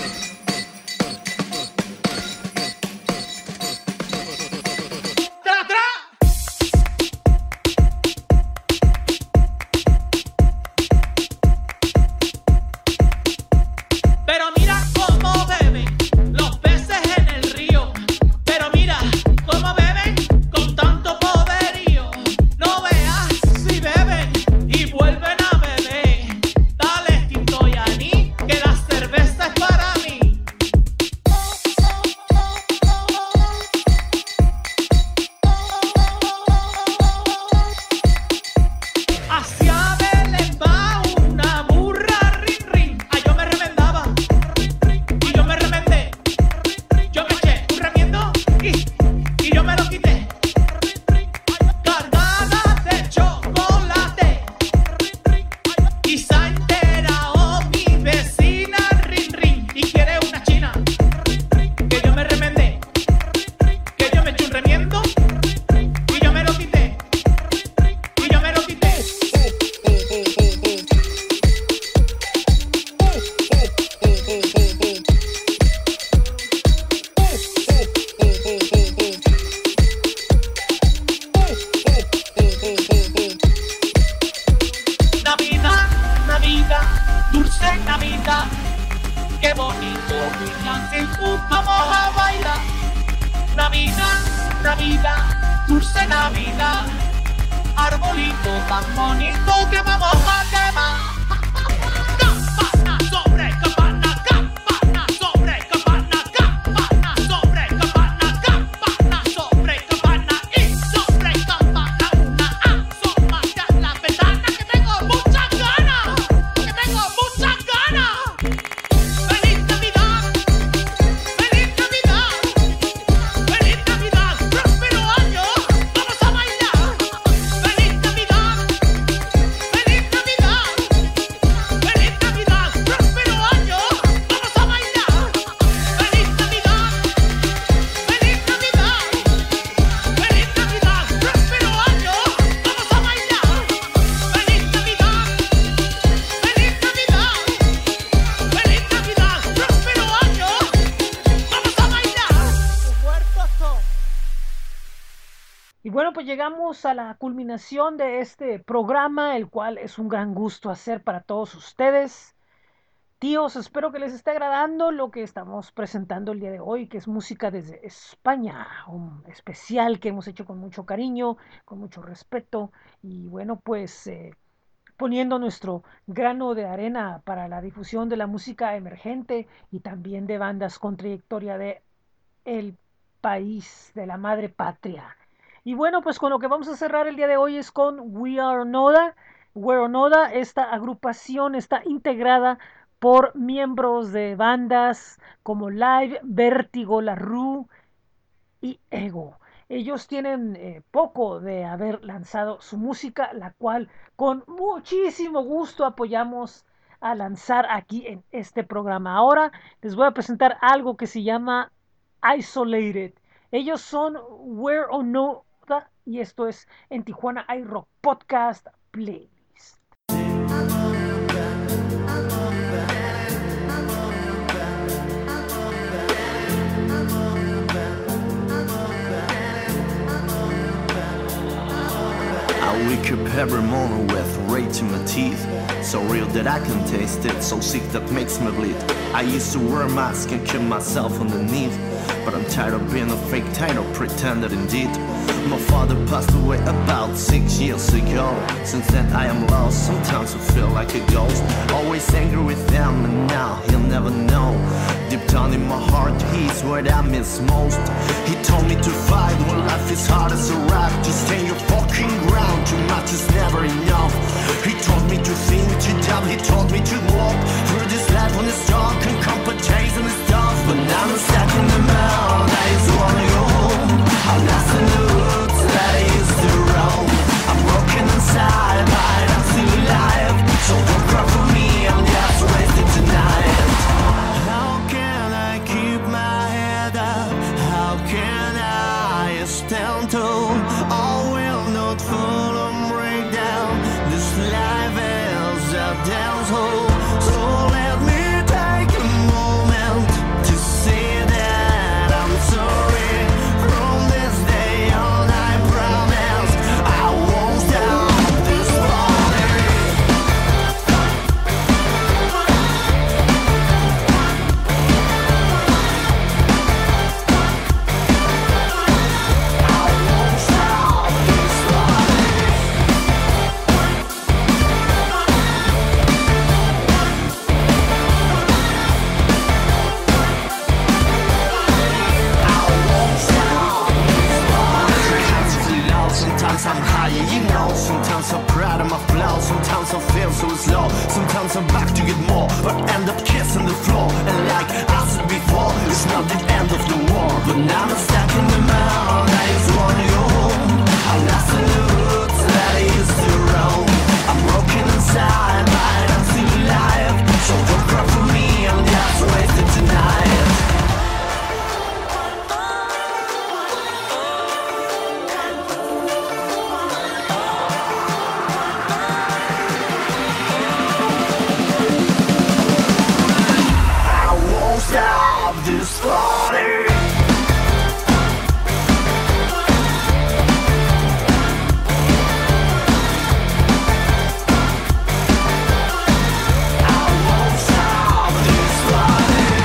Navidad, dulce Navidad, arbolito tan bonito que vamos a quemar. Campana sobre campana, campana sobre campana, campana sobre campana, campana sobre campana y sobre campana una asoma ya la ventana que tengo muchas ganas, que tengo muchas ganas. bueno, pues llegamos a la culminación de este programa, el cual es un gran gusto hacer para todos ustedes. Tíos, espero que les esté agradando lo que estamos presentando el día de hoy, que es música desde España, un especial que hemos hecho con mucho cariño, con mucho respeto y bueno, pues poniendo nuestro grano de arena para la difusión de la música emergente y también de bandas con trayectoria de el país, de la madre patria. Y bueno, pues con lo que vamos a cerrar el día de hoy es con We Are Onoda. We Are Onoda, esta agrupación está integrada por miembros de bandas como Live, Vértigo, La Rue y Ego. Ellos tienen poco de haber lanzado su música, la cual con muchísimo gusto apoyamos a lanzar aquí en este programa. Ahora les voy a presentar algo que se llama Isolated. Ellos son Where or No y esto es en Tijuana iRock Podcast Playlist. I wake up every morning with rage in my teeth, so real that I can taste it, so sick that makes me bleed. I used to wear a mask and kill myself underneath, but I'm tired of being a fake, tired of pretender indeed. My father passed away about 6 years ago. Since then I am lost, sometimes I feel like a ghost. Always angry with them and now he'll never know. Deep down in my heart he's what I miss most. He told me to fight when life is hard as a rock. To stand your fucking ground, too much is never enough. He taught me to think, to doubt, he taught me to walk through this life when it's dark and competition is tough. But now I'm stuck in the middle, I just wanna go home. I'm lost in the woods that I used to roam. I'm broken inside, but I'm still alive. So don't cry for me, I'm just wasted tonight. How can I keep my head up? How can I stand tall? All will not fall and break down. This life is a dance hall. So let me take a moment to say that I'm sorry. From this day on I promise I won't stop this party. I won't stop this party. Sometimes I'm higher, you know. Sometimes I'm proud of my flaws. Sometimes I feel so slow. Sometimes I'm back to get more, but end up kissing the floor. And like I said before, it's not the end of the war. But now I'm stuck in the mountain. I just wanna go home. I'm lost in the woods that I used to roam. I'm broken inside, but I'm still alive. So don't cry for me, I'm just wasted tonight. I won't stop this party. I won't stop this party.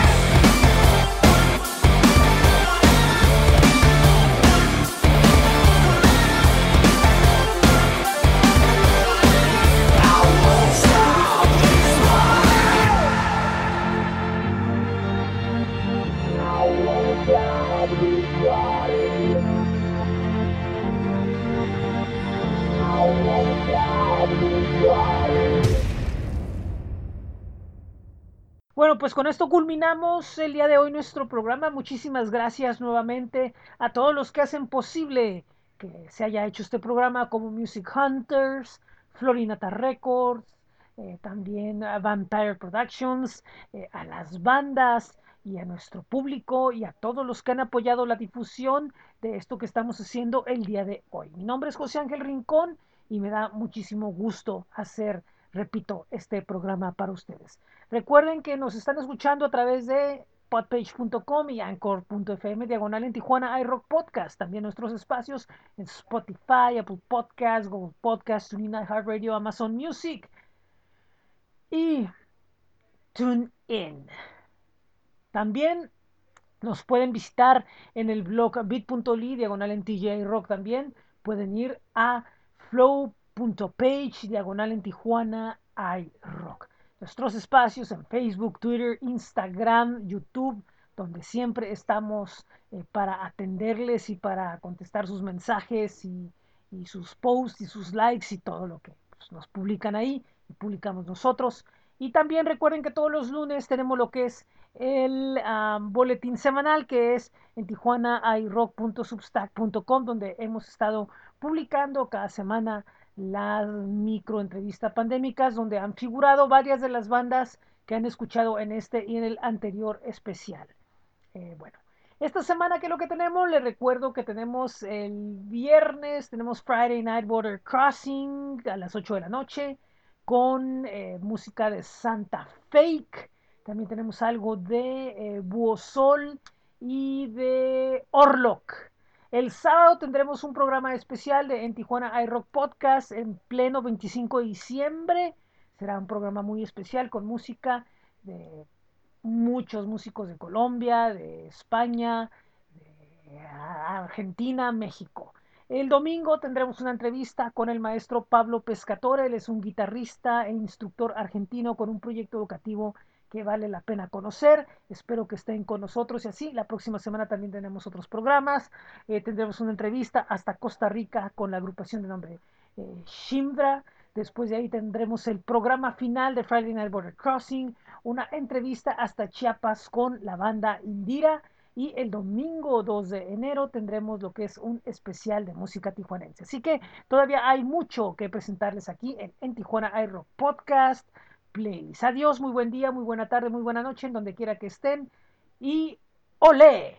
I won't stop this party. Bueno, pues con esto culminamos el día de hoy nuestro programa. Muchísimas gracias nuevamente a todos los que hacen posible que se haya hecho este programa, como Music Hunters, Florinata Records, también a Vampire Productions, a las bandas y a nuestro público y a todos los que han apoyado la difusión de esto que estamos haciendo el día de hoy. Mi nombre es José Ángel Rincón y me da muchísimo gusto hacer, repito, este programa para ustedes. Recuerden que nos están escuchando a través de podpage.com y anchor.fm diagonal en Tijuana iRock Podcast. También nuestros espacios en Spotify, Apple Podcasts, Google Podcasts, TuneIn, iHeartRadio, Amazon Music y TuneIn. También nos pueden visitar en el blog bit.ly diagonal en TJ Rock. También pueden ir a flow.page diagonal en Tijuana iRock. Nuestros espacios en Facebook, Twitter, Instagram, YouTube, donde siempre estamos para atenderles y para contestar sus mensajes y sus posts y sus likes y todo lo que pues, nos publican ahí y publicamos nosotros. Y también recuerden que todos los lunes tenemos lo que es el boletín semanal, que es en tijuanairock.substack.com, donde hemos estado publicando cada semana las microentrevistas pandémicas, donde han figurado varias de las bandas que han escuchado en este y en el anterior especial. Bueno, esta semana, ¿qué es lo que tenemos? Les recuerdo que tenemos el viernes, tenemos Friday Night Border Crossing a las 8 de la noche con música de Santa Fake. También tenemos algo de Búho Sol y de Orlok. El sábado tendremos un programa especial de En Tijuana iRock Podcast en pleno 25 de diciembre. Será un programa muy especial con música de muchos músicos de Colombia, de España, de Argentina, México. El domingo tendremos una entrevista con el maestro Pablo Pescatore. Él es un guitarrista e instructor argentino con un proyecto educativo que vale la pena conocer. Espero que estén con nosotros y así. La próxima semana también tenemos otros programas. Tendremos una entrevista hasta Costa Rica con la agrupación de nombre Shimdra. Después de ahí tendremos el programa final de Friday Night Border Crossing, una entrevista hasta Chiapas con la banda Indira. Y el domingo 2 de enero tendremos lo que es un especial de música tijuanense. Así que todavía hay mucho que presentarles aquí en Tijuana iRock Podcast Playlist. Adiós, muy buen día, muy buena tarde, muy buena noche, en donde quiera que estén. Y ¡olé!